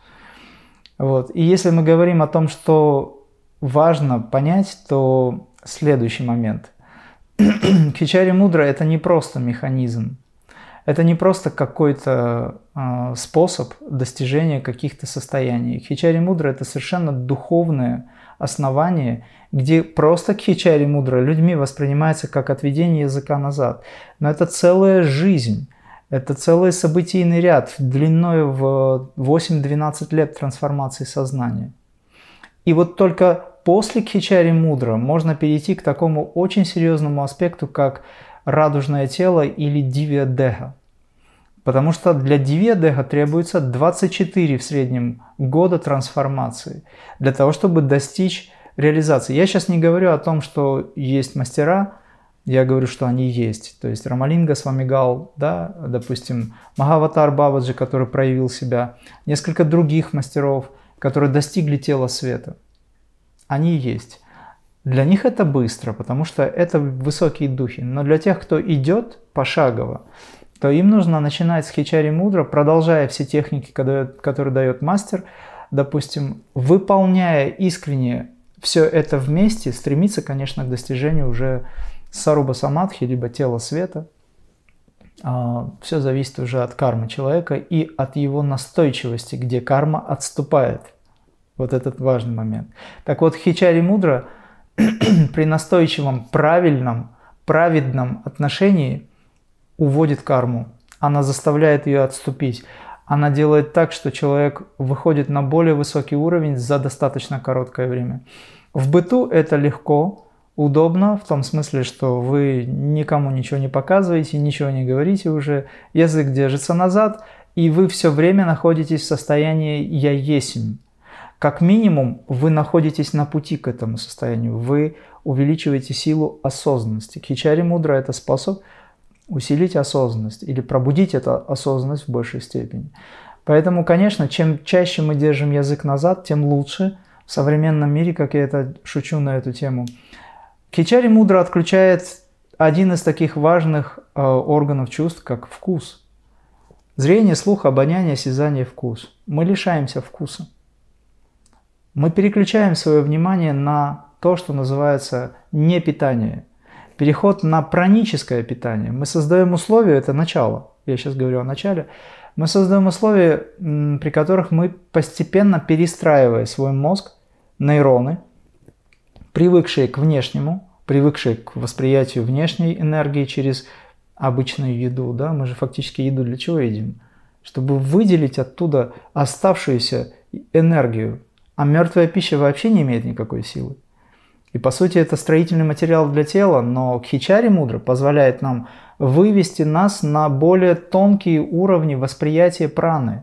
Вот. И если мы говорим о том, что важно понять, то следующий момент – Кхичари Мудра – это не просто механизм, это не просто какой-то способ достижения каких-то состояний. Кхичари Мудра – это совершенно духовное основание, где просто Кхичари Мудра людьми воспринимается как отведение языка назад. Но это целая жизнь, это целый событийный ряд длиной в 8-12 лет трансформации сознания. И вот только после Кхичари Мудра можно перейти к такому очень серьезному аспекту, как радужное тело или дивья-деха. Потому что для дивья-деха требуется 24 в среднем года трансформации для того, чтобы достичь реализации. Я сейчас не говорю о том, что есть мастера, я говорю, что они есть. То есть Рамалинга Свамигал, да, допустим, Махаватар Бабаджи, который проявил себя, несколько других мастеров, которые достигли тела света. Они есть. Для них это быстро, потому что это высокие духи. Но для тех, кто идет пошагово, то им нужно начинать с Хичари Мудра, продолжая все техники, которые дает мастер, допустим, выполняя искренне все это вместе, стремиться, конечно, к достижению уже Саруба Самадхи, либо тела света. Все зависит уже от кармы человека и от его настойчивости, где карма отступает. Вот этот важный момент. Так вот, Хичари Мудра при настойчивом, правильном, праведном отношении уводит карму. Она заставляет ее отступить. Она делает так, что человек выходит на более высокий уровень за достаточно короткое время. В быту это легко, удобно, в том смысле, что вы никому ничего не показываете, ничего не говорите уже, язык держится назад, и вы все время находитесь в состоянии «я есмь». Как минимум, вы находитесь на пути к этому состоянию, вы увеличиваете силу осознанности. Хичари Мудра – это способ усилить осознанность или пробудить эту осознанность в большей степени. Поэтому, конечно, чем чаще мы держим язык назад, тем лучше. В современном мире, как я это шучу на эту тему, Хичари Мудра отключает один из таких важных органов чувств, как вкус. Зрение, слух, обоняние, осязание, вкус. Мы лишаемся вкуса. Мы переключаем свое внимание на то, что называется непитание. Переход на праническое питание. Мы создаем условия, это начало, я сейчас говорю о начале, мы создаем условия, при которых мы постепенно, перестраивая свой мозг, нейроны, привыкшие к внешнему, привыкшие к восприятию внешней энергии через обычную еду, да, мы же фактически еду для чего едим? Чтобы выделить оттуда оставшуюся энергию, а мертвая пища вообще не имеет никакой силы. И по сути это строительный материал для тела, но Хичари Мудра позволяет нам вывести нас на более тонкие уровни восприятия праны.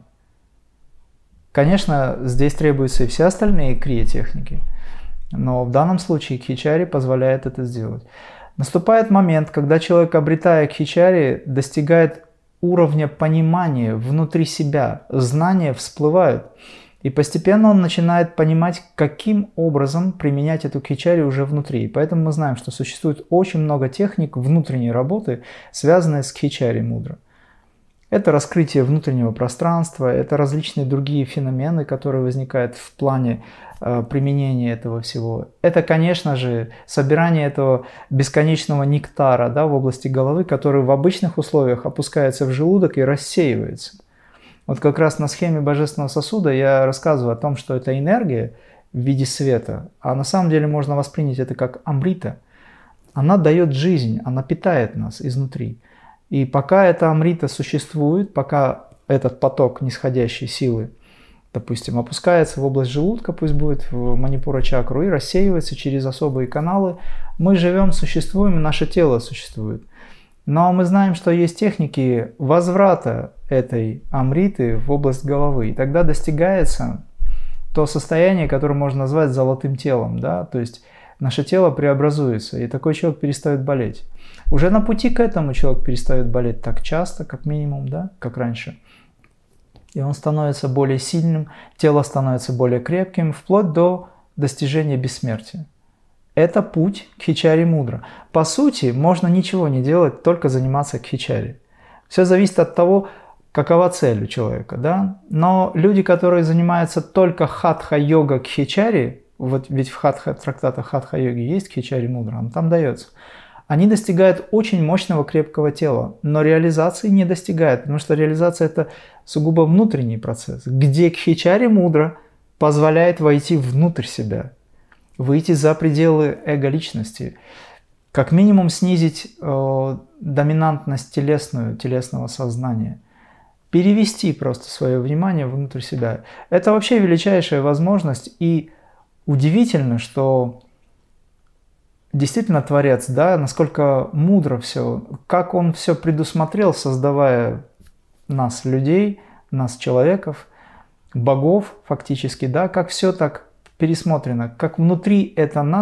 Конечно, здесь требуются и все остальные крия-техники, но в данном случае Хичари позволяет это сделать. Наступает момент, когда человек, обретая Хичари, достигает уровня понимания внутри себя, знания всплывают. И постепенно он начинает понимать, каким образом применять эту Хичари уже внутри. И поэтому мы знаем, что существует очень много техник внутренней работы, связанные с Хичари Мудра. Это раскрытие внутреннего пространства, это различные другие феномены, которые возникают в плане применения этого всего. Это, конечно же, собирание этого бесконечного нектара, да, в области головы, который в обычных условиях опускается в желудок и рассеивается. Вот как раз на схеме божественного сосуда я рассказываю о том, что это энергия в виде света, а на самом деле можно воспринять это как амрита. Она дает жизнь, она питает нас изнутри. И пока эта амрита существует, пока этот поток нисходящей силы, допустим, опускается в область желудка, пусть будет в манипура чакру, и рассеивается через особые каналы, мы живем, существуем, и наше тело существует. Но мы знаем, что есть техники возврата этой амриты в область головы. И тогда достигается то состояние, которое можно назвать золотым телом. Да? То есть наше тело преобразуется, и такой человек перестает болеть. Уже на пути к этому человек перестает болеть так часто, как минимум, да? Как раньше. И он становится более сильным, тело становится более крепким, вплоть до достижения бессмертия. Это путь к Хичари Мудра. По сути, можно ничего не делать, только заниматься Хичари. Все зависит от того, какова цель у человека. Да? Но люди, которые занимаются только хатха-йога к Хичари, вот ведь в трактатах хатха-йоги есть Хичари Мудра, он там дается, они достигают очень мощного крепкого тела, но реализации не достигают, потому что реализация – это сугубо внутренний процесс, где Хичари Мудра позволяет войти внутрь себя, выйти за пределы эго-личности, как минимум снизить доминантность телесного сознания, перевести просто свое внимание внутрь себя. Это вообще величайшая возможность, и удивительно, что действительно Творец, да, насколько мудро все, как он все предусмотрел, создавая нас, людей, нас, человеков, богов фактически, да, как все так пересмотрено, как внутри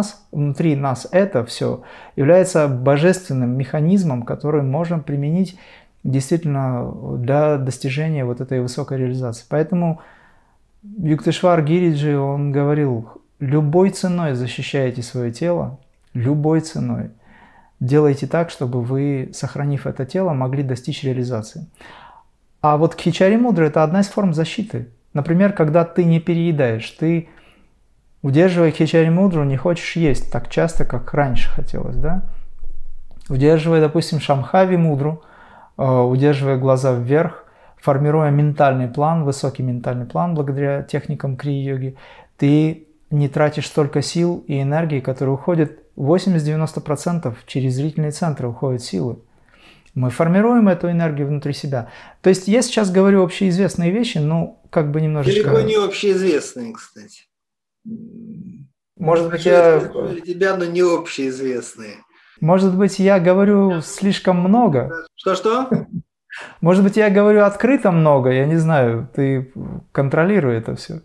нас это все является божественным механизмом, который можем применить действительно для достижения вот этой высокой реализации. Поэтому Юктешвар Гириджи, он говорил, любой ценой защищаете свое тело, любой ценой. Делайте так, чтобы вы, сохранив это тело, могли достичь реализации. А вот Кхичари Мудра – это одна из форм защиты. Например, когда ты не переедаешь, ты, удерживая Кхичари Мудру, не хочешь есть так часто, как раньше хотелось, да? Удерживая, допустим, Шамхави Мудру, удерживая глаза вверх, формируя ментальный план, высокий ментальный план благодаря техникам крия-йоги, ты не тратишь столько сил и энергии, которые уходят, 80-90% через зрительные центры уходят силы. Мы формируем эту энергию внутри себя. То есть я сейчас говорю общеизвестные вещи, но как бы немножечко... Далеко не общеизвестные, кстати. Может быть, я... Для тебя, но не общеизвестные. Может быть, я говорю слишком много? Что-что? Может быть, я говорю открыто много, я не знаю, ты контролируй это все.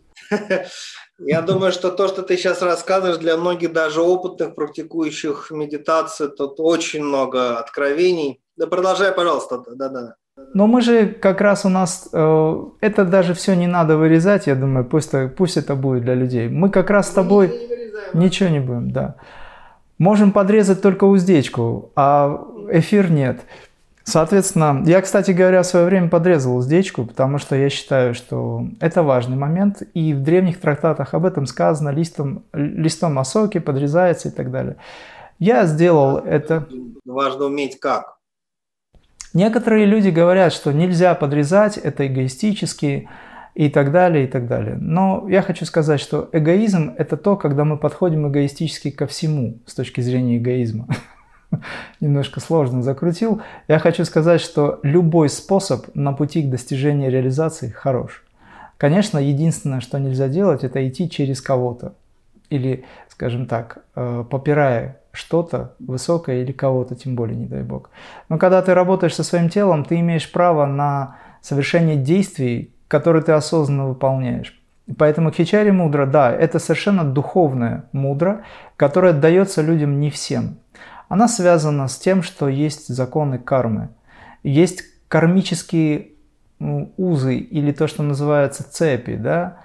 Я думаю, что то, что ты сейчас рассказываешь, для многих даже опытных, практикующих медитацию, тут очень много откровений. Да продолжай, пожалуйста. Да-да. Но мы же как раз у нас, это даже все не надо вырезать, я думаю, пусть это будет для людей. Мы как раз с тобой ничего не будем, да. Можем подрезать только уздечку, а эфир нет. Соответственно, я, кстати говоря, в свое время подрезал уздечку, потому что я считаю, что это важный момент, и в древних трактатах об этом сказано, листом осоки подрезается и так далее. Я сделал это. Важно уметь как. Некоторые люди говорят, что нельзя подрезать, это эгоистически и так далее, и так далее. Но я хочу сказать, что эгоизм – это то, когда мы подходим эгоистически ко всему с точки зрения эгоизма. Немножко сложно закрутил. Я хочу сказать, что любой способ на пути к достижению реализации хорош. Конечно, единственное, что нельзя делать, это идти через кого-то. Или, скажем так, попирая что-то высокое или кого-то, тем более, не дай бог. Но когда ты работаешь со своим телом, ты имеешь право на совершение действий, которые ты осознанно выполняешь. Поэтому Кхичари Мудра, да, это совершенно духовная мудра, которая дается людям не всем. Она связана с тем, что есть законы кармы. Есть кармические узы или то, что называется цепи, да?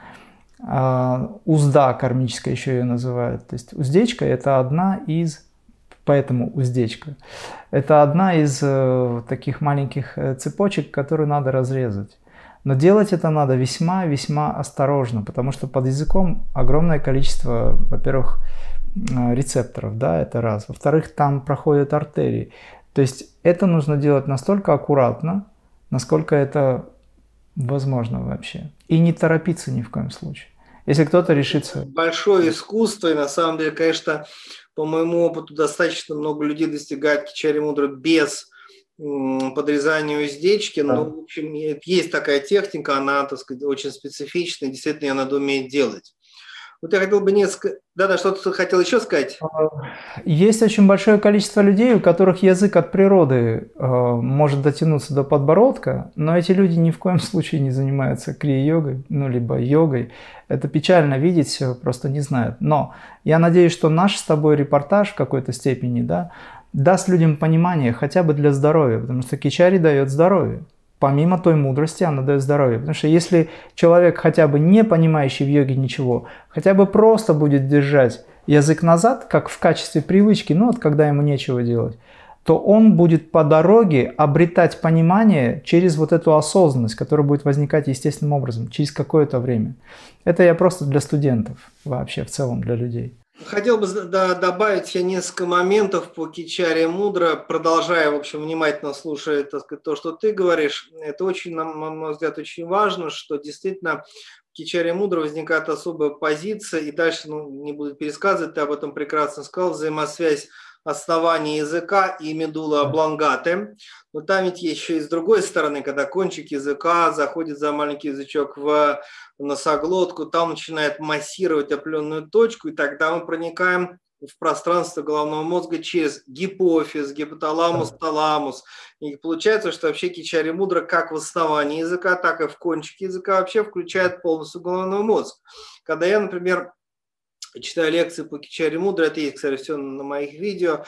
Узда кармическая еще ее называют. То есть уздечка – это одна из, поэтому уздечка, это одна из таких маленьких цепочек, которые надо разрезать. Но делать это надо весьма-весьма осторожно, потому что под языком огромное количество, во-первых, рецепторов, да, это раз. Во-вторых, там проходят артерии. То есть это нужно делать настолько аккуратно, насколько это возможно вообще. И не торопиться ни в коем случае. Если кто-то решится... Большое искусство, и на самом деле, конечно, по моему опыту, достаточно много людей достигает Кхичари Мудры без подрезания уздечки. Да. Но, в общем, есть такая техника, она, так сказать, очень специфичная, действительно, ее надо уметь делать. Вот я хотел бы несколько... Да-да, что-то хотел еще сказать? Есть очень большое количество людей, у которых язык от природы может дотянуться до подбородка, но эти люди ни в коем случае не занимаются крия-йогой, ну, либо йогой. Это печально видеть, все просто не знают. Но я надеюсь, что наш с тобой репортаж в какой-то степени, да, даст людям понимание хотя бы для здоровья, потому что Кхичари дает здоровье. Помимо той мудрости, она дает здоровье. Потому что если человек, хотя бы не понимающий в йоге ничего, хотя бы просто будет держать язык назад, как в качестве привычки, ну вот когда ему нечего делать, то он будет по дороге обретать понимание через вот эту осознанность, которая будет возникать естественным образом, через какое-то время. Это я просто для студентов, вообще в целом для людей. Хотел бы добавить я несколько моментов по Кхичари Мудра, продолжая, в общем, внимательно слушая, так сказать, то, что ты говоришь. Это очень, на мой взгляд, очень важно, что действительно в Кхичари Мудра возникает особая позиция, и дальше, не буду пересказывать, ты об этом прекрасно сказал, взаимосвязь основания языка и медула облонгаты. Но там ведь еще и с другой стороны, когда кончик языка заходит за маленький язычок в носоглотку, там начинает массировать определенную точку, и тогда мы проникаем в пространство головного мозга через гипофиз, гипоталамус, таламус. И получается, что вообще Кхичари Мудра как в основании языка, так и в кончике языка вообще включает полностью головной мозг. Когда я, например, читаю лекции по Кичари Мудро, это есть, кстати, все на моих видео,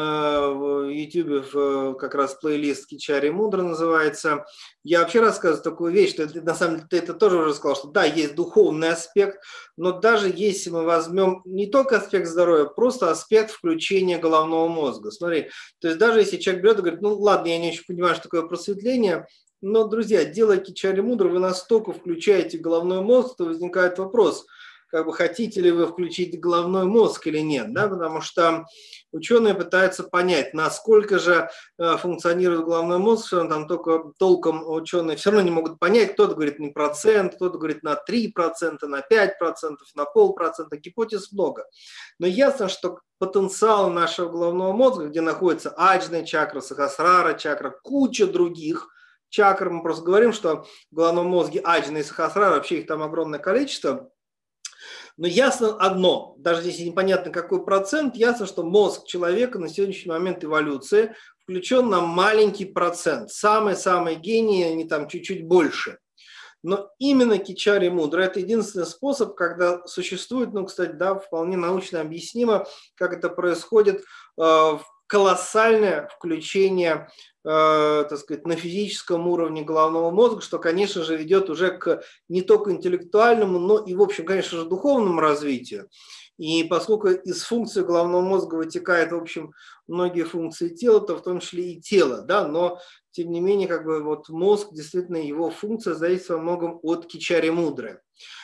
в YouTube как раз плейлист Кичари Мудро называется. Я вообще рассказываю такую вещь, что на самом деле ты это тоже уже сказал, что да, есть духовный аспект, но даже если мы возьмем не только аспект здоровья, просто аспект включения головного мозга. Смотри, то есть даже если человек берет и говорит, ну ладно, я не очень понимаю, что такое просветление, но, друзья, делая Кичари Мудро, вы настолько включаете головной мозг, что возникает вопрос – как бы хотите ли вы включить головной мозг или нет, да, потому что ученые пытаются понять, насколько же функционирует головной мозг, все равно там только толком ученые все равно не могут понять, кто-то говорит не процент, кто-то говорит на 3%, на 5%, на 0,5%, гипотез много. Но ясно, что потенциал нашего головного мозга, где находится аджна чакра, сахасрара чакра, куча других чакр, мы просто говорим, что в головном мозге аджна и сахасрара, вообще их там огромное количество. Но ясно одно, даже если непонятно какой процент, ясно, что мозг человека на сегодняшний момент эволюции включен на маленький процент. Самые-самые гении, они там чуть-чуть больше. Но именно Кичари Мудра – это единственный способ, когда существует, ну, кстати, да, вполне научно объяснимо, как это происходит, колоссальное включение, так сказать, на физическом уровне головного мозга, что, конечно же, ведет уже к не только интеллектуальному, но и, в общем, конечно же, духовному развитию. И поскольку из функции головного мозга вытекает, в общем, многие функции тела, то в том числе и тело, да, но тем не менее, как бы вот мозг, действительно, его функция зависит во многом от Кичари Мудры.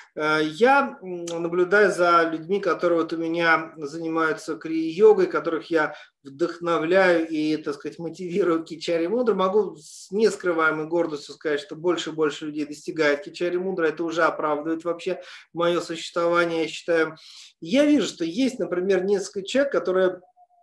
Я наблюдаю за людьми, которые вот у меня занимаются крия-йогой, которых я вдохновляю и, так сказать, мотивирую Кичари Мудра. Могу с нескрываемой гордостью сказать, что больше и больше людей достигает Кичари Мудра. Это уже оправдывает вообще мое существование, я считаю. Я вижу, что есть, например, несколько человек, которые...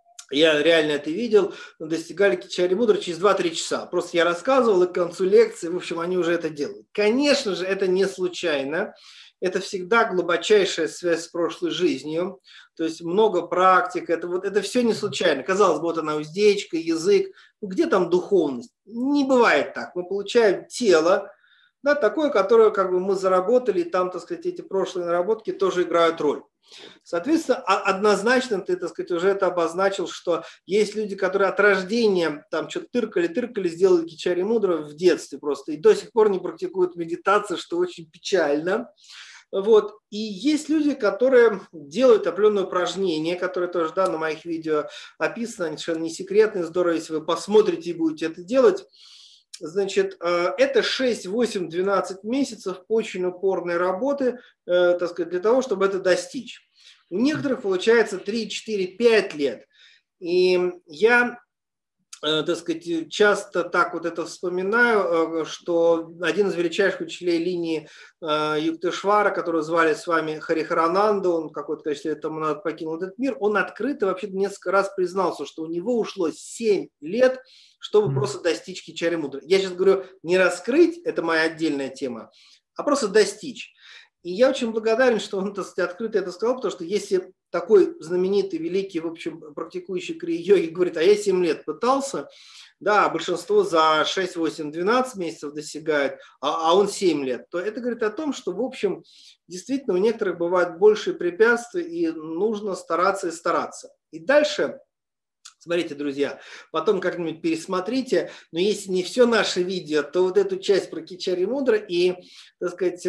Я реально это видел, достигали Кичари Мудра через 2-3 часа. Просто я рассказывал, и к концу лекции, в общем, они уже это делают. Конечно же, это не случайно. Это всегда глубочайшая связь с прошлой жизнью. То есть много практик. Это все не случайно. Казалось бы, вот она уздечка, язык. Где там духовность? Не бывает так. Мы получаем тело, да, такое, которое как бы мы заработали, и там, так сказать, эти прошлые наработки тоже играют роль. Соответственно, однозначно ты, так сказать, уже это обозначил, что есть люди, которые от рождения там что-то тыркали, сделали Кичари Мудра в детстве просто, и до сих пор не практикуют медитацию, что очень печально. Вот. И есть люди, которые делают определенные упражнения, которые тоже, да, на моих видео описаны, они совершенно не секретные, здорово, если вы посмотрите и будете это делать. Значит, это 6, 8, 12 месяцев очень упорной работы, так сказать, для того, чтобы это достичь. У некоторых получается 3, 4, 5 лет. И я, так сказать, часто так вот это вспоминаю, что один из величайших учителей линии Юктешвара, которого звали с вами Харихарананда, он какое-то количество лет тому назад покинул этот мир, он открыто вообще несколько раз признался, что у него ушло 7 лет, чтобы просто достичь Кичари Мудры. Я сейчас говорю не раскрыть, это моя отдельная тема, а просто достичь. И я очень благодарен, что он, так сказать, открыто это сказал, потому что если такой знаменитый, великий, в общем, практикующий крия-йоги говорит, а я 7 лет пытался, да, большинство за 6, 8, 12 месяцев достигает, а он 7 лет, то это говорит о том, что, в общем, действительно у некоторых бывают большие препятствия, и нужно стараться и стараться. И дальше... Смотрите, друзья, потом как-нибудь пересмотрите, но если не все наше видео, то вот эту часть про Кичари Мудра и, так сказать,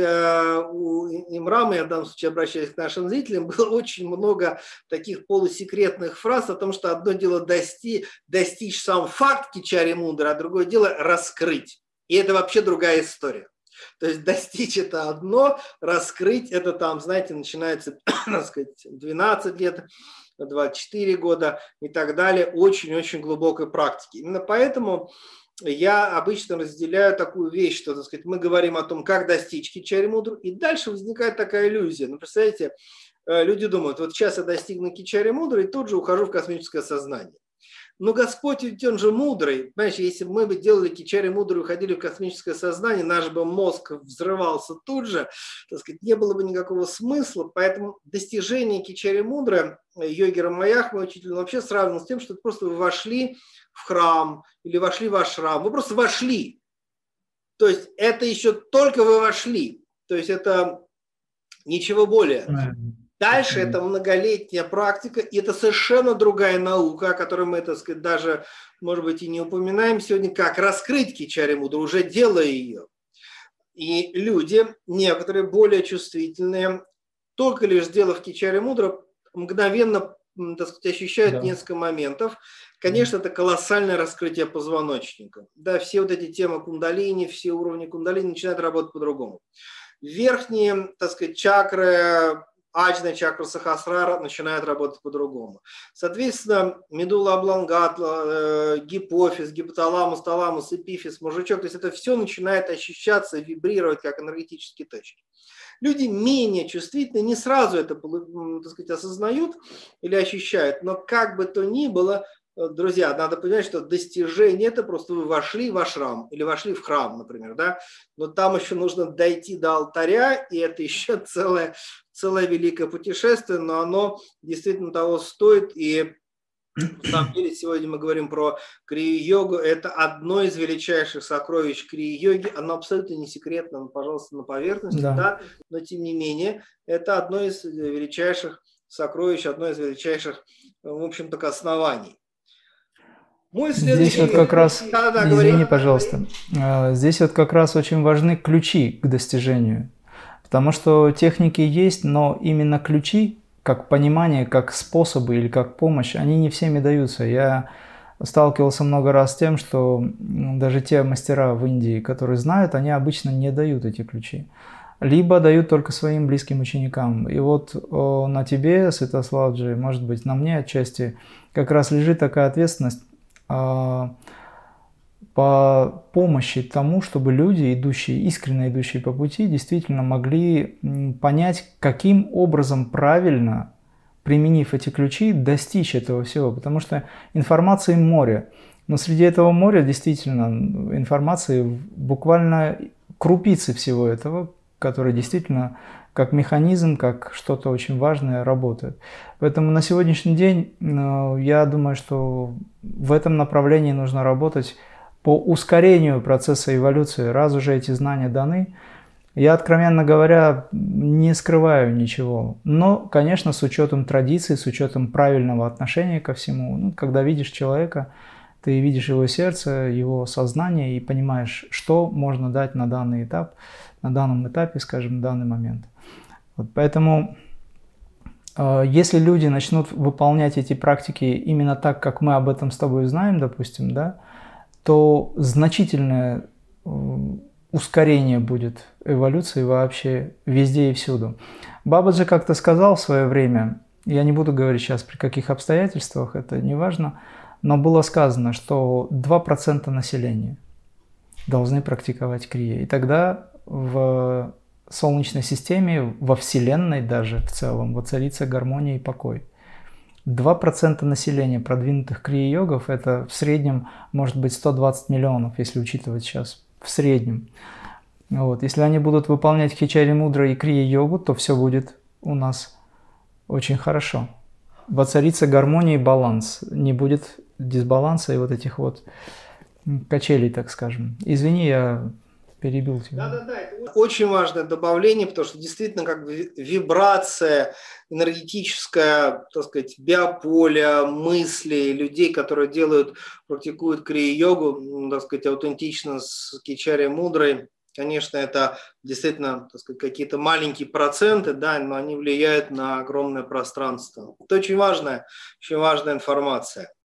у Имрама, я в данном случае обращаюсь к нашим зрителям, было очень много таких полусекретных фраз о том, что одно дело достичь сам факт Кичари Мудра, а другое дело раскрыть. И это вообще другая история. То есть достичь это одно, раскрыть это там, знаете, начинается, так сказать, 12 лет, 24 года и так далее, очень-очень глубокой практики. Именно поэтому я обычно разделяю такую вещь, что, так сказать, мы говорим о том, как достичь Кичари Мудру, и дальше возникает такая иллюзия. Ну, представляете, люди думают, вот сейчас я достигну Кичари Мудры и тут же ухожу в космическое сознание. Но Господь ведь он же мудрый. Понимаешь, если бы мы бы делали Кичари Мудру и уходили в космическое сознание, наш бы мозг взрывался тут же, так сказать, не было бы никакого смысла. Поэтому достижение Кичари Мудры йоги Рамаях, мой учитель, вообще сравнивал с тем, что просто вы вошли в храм или вошли в ашрам. Вы просто вошли. То есть это еще только вы вошли. То есть это ничего более. Дальше это многолетняя практика, и это совершенно другая наука, о которой мы, так сказать, даже, может быть, и не упоминаем сегодня, как раскрыть Кичари Мудру, уже делая ее. И люди, некоторые более чувствительные, только лишь сделав Кичари Мудра, мгновенно, так сказать, ощущают несколько моментов. Конечно, это колоссальное раскрытие позвоночника. Да, все вот эти темы кундалини, все уровни кундалини начинают работать по-другому. Верхние, так сказать, чакры, аджна чакра сахасрара начинают работать по-другому. Соответственно, медула облонгата, гипофиз, гипоталамус, таламус, эпифиз, мозжечок, то есть это все начинает ощущаться, вибрировать как энергетические точки. Люди менее чувствительные, не сразу это, так сказать, осознают или ощущают, но как бы то ни было, друзья, надо понимать, что достижение – это просто вы вошли в ашрам или вошли в храм, например, да, но там еще нужно дойти до алтаря, и это еще целое великое путешествие, но оно действительно того стоит. И на самом деле сегодня мы говорим про крия-йогу. Это одно из величайших сокровищ крия-йоги. Оно абсолютно не секретно, пожалуйста, на поверхности, да, но тем не менее это одно из величайших сокровищ, одно из величайших, в общем-то, оснований. Здесь вот как раз, извини, пожалуйста, здесь вот как раз очень важны ключи к достижению. Потому что техники есть, но именно ключи, как понимание, как способы или как помощь, они не всеми даются. Я сталкивался много раз с тем, что даже те мастера в Индии, которые знают, они обычно не дают эти ключи. Либо дают только своим близким ученикам. И вот на тебе, Святославджи, может быть, на мне отчасти, как раз лежит такая ответственность по помощи тому, чтобы люди, искренне идущие по пути, действительно могли понять, каким образом правильно, применив эти ключи, достичь этого всего. Потому что информации море. Но среди этого моря действительно информации буквально крупицы всего этого, которые действительно как механизм, как что-то очень важное работает. Поэтому на сегодняшний день я думаю, что в этом направлении нужно работать по ускорению процесса эволюции. Раз уже эти знания даны, я, откровенно говоря, не скрываю ничего. Но, конечно, с учетом традиций, с учетом правильного отношения ко всему. Ну, когда видишь человека, ты видишь его сердце, его сознание и понимаешь, что можно дать на данный этап, на данном этапе, скажем, в данный момент. Вот поэтому, если люди начнут выполнять эти практики именно так, как мы об этом с тобой знаем, допустим, да, то значительное ускорение будет эволюции вообще везде и всюду. Бабаджи как-то сказал в свое время, я не буду говорить сейчас при каких обстоятельствах, это не важно, но было сказано, что 2% населения должны практиковать крия. И тогда в Солнечной системе, во Вселенной даже в целом воцарится гармония и покой. 2% населения продвинутых крия-йогов – это в среднем может быть 120 миллионов, если учитывать сейчас в среднем. Вот. Если они будут выполнять Кичари Мудра и крия-йогу, то все будет у нас очень хорошо. Воцарится гармония и баланс. Не будет дисбаланса и вот этих вот качелей, так скажем. Извини, я перебил тебя. Да, это очень важное добавление, потому что действительно как бы вибрация энергетическая, так сказать, биополя, мысли людей, которые практикуют крия-йогу, так сказать, аутентично с Кичари Мудрой. Конечно, это действительно, так сказать, какие-то маленькие проценты, да, но они влияют на огромное пространство. Это очень важная информация.